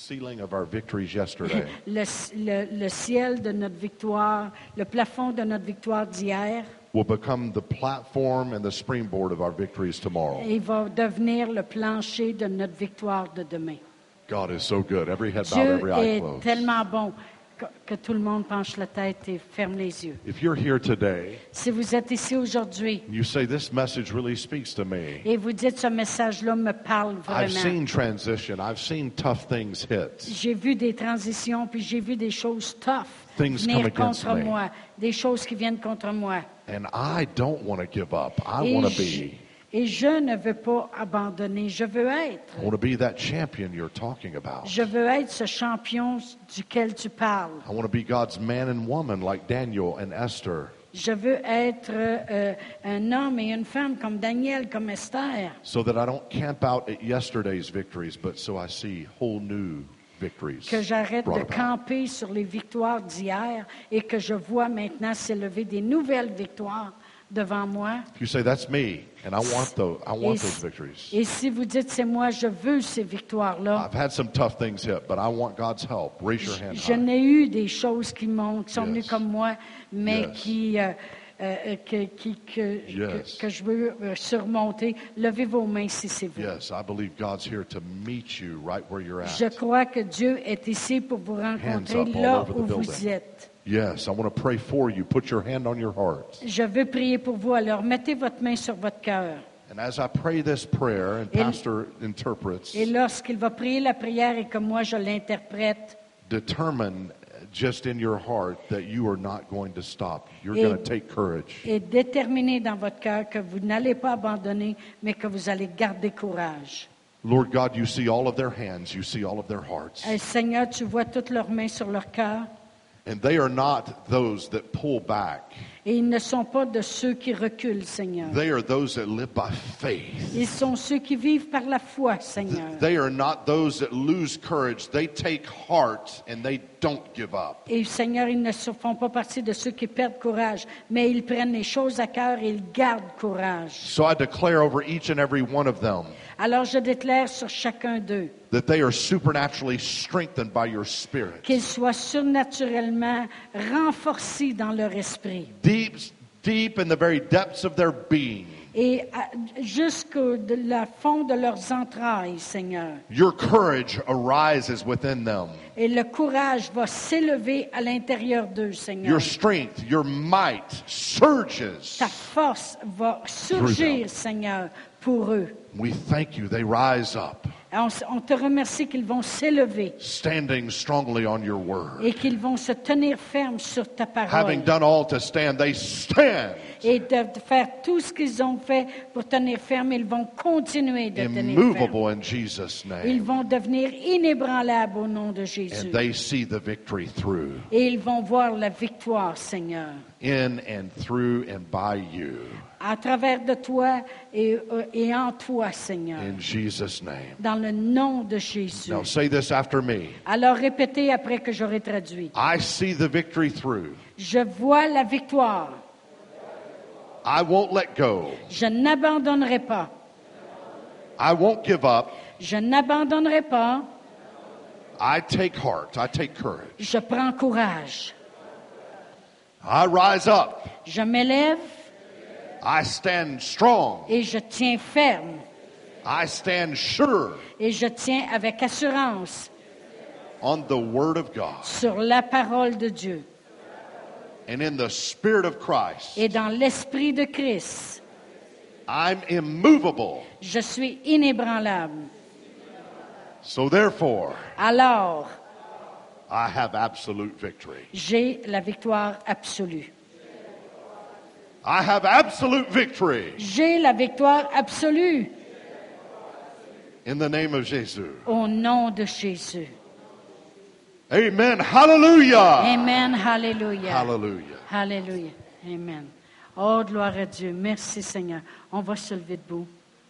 ciel de notre victoire, le plafond de notre victoire d'hier, will become the platform and the springboard of our victories tomorrow. il va devenir le plancher de notre victoire de demain. God is so good. Every head bowed, Dieu every eye est closed. tellement bon que tout le monde penche la tête et ferme les yeux. If you're here today Si vous êtes ici aujourd'hui and you say, this message really speaks to me, et vous dites ce message-là me parle I've vraiment. seen transition, I've seen tough things hit. J'ai vu des transitions puis j'ai vu des choses tough Things come venir against contre me. moi, des choses qui viennent contre moi. And I don't want to give up. I Et want to je, be. et je ne veux pas abandonner, je veux être. I want to be that champion you're talking about. Je veux être ce champion duquel tu parles. I want to be God's man and woman like Daniel and Esther, Je veux être un homme et une femme comme Daniel, comme Esther, so that I don't camp out at yesterday's victories, but so I see whole new victories que j'arrête brought de about. camper sur les victoires d'hier et que je vois maintenant s'élever des nouvelles victoires devant moi. If you say, that's me, and I want those victories. Et si vous dites c'est moi, je veux ces victoires-là. I've had some tough things hit, but I want God's help. Raise your hand Je high. n'ai eu des choses qui sont venues Yes. comme moi, mais Yes. que je veux surmonter. Levez vos mains si c'est vous. Yes, I believe God's here to meet you right where you're Je at. crois que Dieu est ici pour vous rencontrer Hands up all là over the où vous building. êtes. Yes, I want to pray for you. Put your hand on your heart. Je veux prier pour vous. Alors, mettez votre main sur votre cœur. And as I pray this prayer, and Et- Pastor interprets, Et lorsqu'il va prier la prière et que moi je l'interprète, determine just in your heart that you are not going to stop. You're going to take courage. Et déterminez dans votre cœur que vous n'allez pas abandonner, mais que vous allez garder courage. Lord God, you see all of their hands. You see all of their hearts. Et Seigneur, tu vois toutes leurs mains sur leur cœur. And they are not those that pull back. Et ils ne sont pas de ceux qui reculent, Seigneur. They are those that live by faith. Ils sont ceux qui vivent par la foi, Seigneur. They are not those that lose courage. They take heart and they don't give up. Et Seigneur, ils ne font pas partie de ceux qui perdent courage, mais ils prennent les choses à cœur et ils gardent courage. So I declare over each and every one of them Alors je déclare sur chacun d'eux that they are supernaturally strengthened by your Spirit. qu'ils soient surnaturellement renforcés dans leur esprit. Deep in the very depths of their being. Et jusqu'au fond de leurs entrailles, Seigneur. Your courage arises within them. Et le courage va s'élever à l'intérieur d'eux, Seigneur. Your strength, your might surges. Ta force va surgir, Seigneur, pour eux. We thank you. They rise up, On te remercie qu'ils vont s'élever standing strongly on your word. et qu'ils vont se tenir fermes sur ta parole. Having done all to stand, they stand. Et de faire tout ce qu'ils ont fait pour tenir ferme, ils vont continuer de tenir ferme. Immovable in Jesus' Ils name. vont devenir inébranlables au nom de Jésus. And they see the victory through, Et ils vont voir la victoire, Seigneur, in and through and by you. à travers de toi et en toi, Seigneur, In Jesus' name. dans le nom de Jésus. Now say this after me. Alors répétez après que j'aurai traduit. I see the victory through. Je vois la victoire. I won't let go. Je n'abandonnerai pas. I won't give up. Je n'abandonnerai pas. I take heart. I take courage. Je prends courage. I rise up. Je m'élève I stand strong. et je tiens ferme. I stand sure Et je tiens avec assurance on the word of God sur la parole de Dieu. and in the Spirit of Christ. Et dans l'esprit de Christ, I'm immovable. je suis inébranlable. So therefore, Alors, I have absolute victory. j'ai la victoire absolue. I have absolute victory J'ai la victoire absolue in the name of Jesus. au nom de Jésus. Amen. Hallelujah. Amen. Hallelujah. Hallelujah. Hallelujah. Amen. Oh, gloire à Dieu. Merci, Seigneur. On va se lever debout.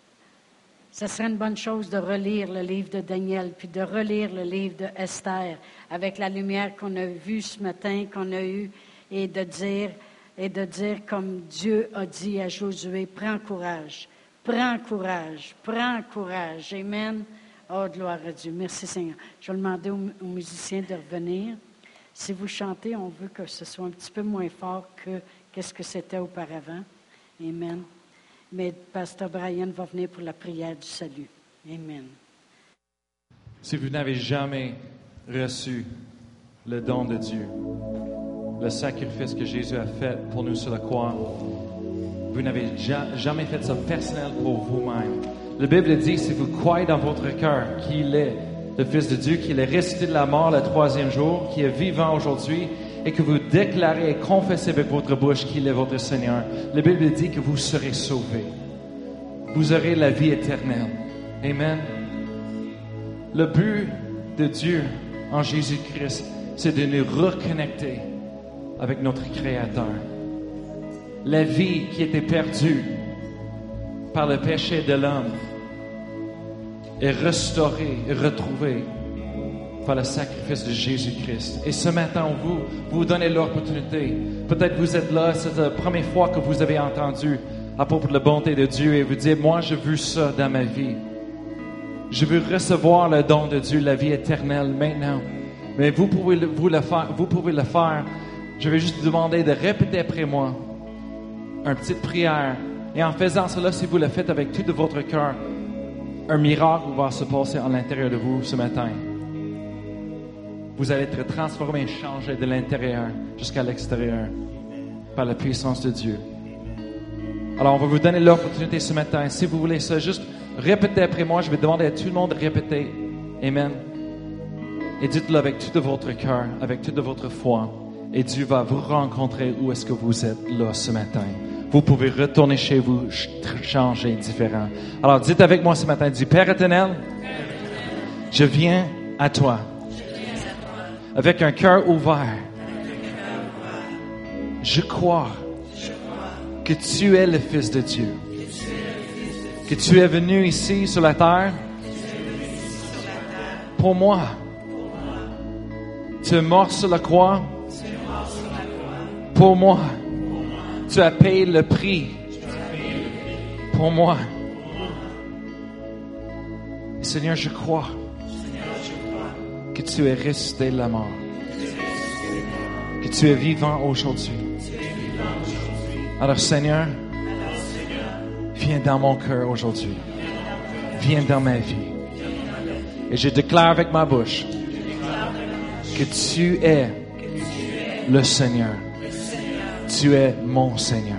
Ce serait une bonne chose de relire le livre de Daniel, puis de relire le livre de Esther, avec la lumière qu'on a vue ce matin, qu'on a eue, et de dire comme Dieu a dit à Josué, prends courage, prends courage, prends courage. Amen. Oh, gloire à Dieu. Merci, Seigneur. Je vais demander aux musiciens de revenir. Si vous chantez, on veut que ce soit un petit peu moins fort que qu'est-ce que c'était auparavant. Amen. Mais Pasteur Brian va venir pour la prière du salut. Amen. Si vous n'avez jamais reçu le don de Dieu, le sacrifice que Jésus a fait pour nous sur la croix, vous n'avez jamais fait ça personnel pour vous-même. La Bible dit, si vous croyez dans votre cœur qu'il est le Fils de Dieu, qu'il est ressuscité de la mort le troisième jour, qu'il est vivant aujourd'hui, et que vous déclarez et confessez avec votre bouche qu'il est votre Seigneur, la Bible dit que vous serez sauvés. Vous aurez la vie éternelle. Amen. Le but de Dieu en Jésus-Christ, c'est de nous reconnecter avec notre Créateur. La vie qui était perdue par le péché de l'homme est restaurée et retrouvée par le sacrifice de Jésus-Christ. Et ce matin, vous donnez l'opportunité. Peut-être vous êtes là, c'est la première fois que vous avez entendu à propos de la bonté de Dieu et vous dites, moi, je veux ça dans ma vie. Je veux recevoir le don de Dieu, la vie éternelle maintenant. Mais vous pouvez le faire. Je vais juste vous demander de répéter après moi une petite prière. Et en faisant cela, si vous le faites avec tout de votre cœur, un miracle va se passer à l'intérieur de vous ce matin. Vous allez être transformé et changé de l'intérieur jusqu'à l'extérieur par la puissance de Dieu. Alors, on va vous donner l'opportunité ce matin. Si vous voulez ça, juste répétez après moi. Je vais demander à tout le monde de répéter. Amen. Et dites-le avec tout de votre cœur, avec toute de votre foi. Et Dieu va vous rencontrer où est-ce que vous êtes là ce matin. Vous pouvez retourner chez vous, changer, différent. Alors dites avec moi ce matin, dis Père éternel, je viens à toi. Avec un cœur ouvert. Je crois que tu es le Fils de Dieu. Que tu es venu ici sur la terre pour moi. Tu es mort sur la croix pour moi. Tu as payé le prix pour moi. Seigneur, je crois que tu es ressuscité de la mort. Que tu es vivant aujourd'hui. Alors Seigneur, viens dans mon cœur aujourd'hui. Viens dans ma vie. Et je déclare avec ma bouche que tu es le Seigneur. Tu es mon Seigneur.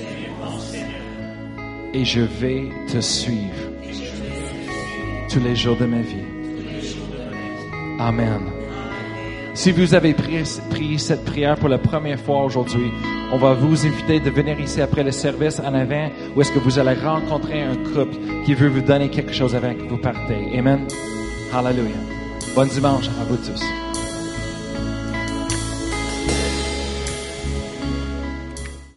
Et je vais te suivre tous les jours de ma vie. Amen. Si vous avez prié cette prière pour la première fois aujourd'hui, on va vous inviter de venir ici après le service en avant, où est-ce que vous allez rencontrer un couple qui veut vous donner quelque chose avant que vous partez. Amen. Hallelujah. Bon dimanche à vous tous.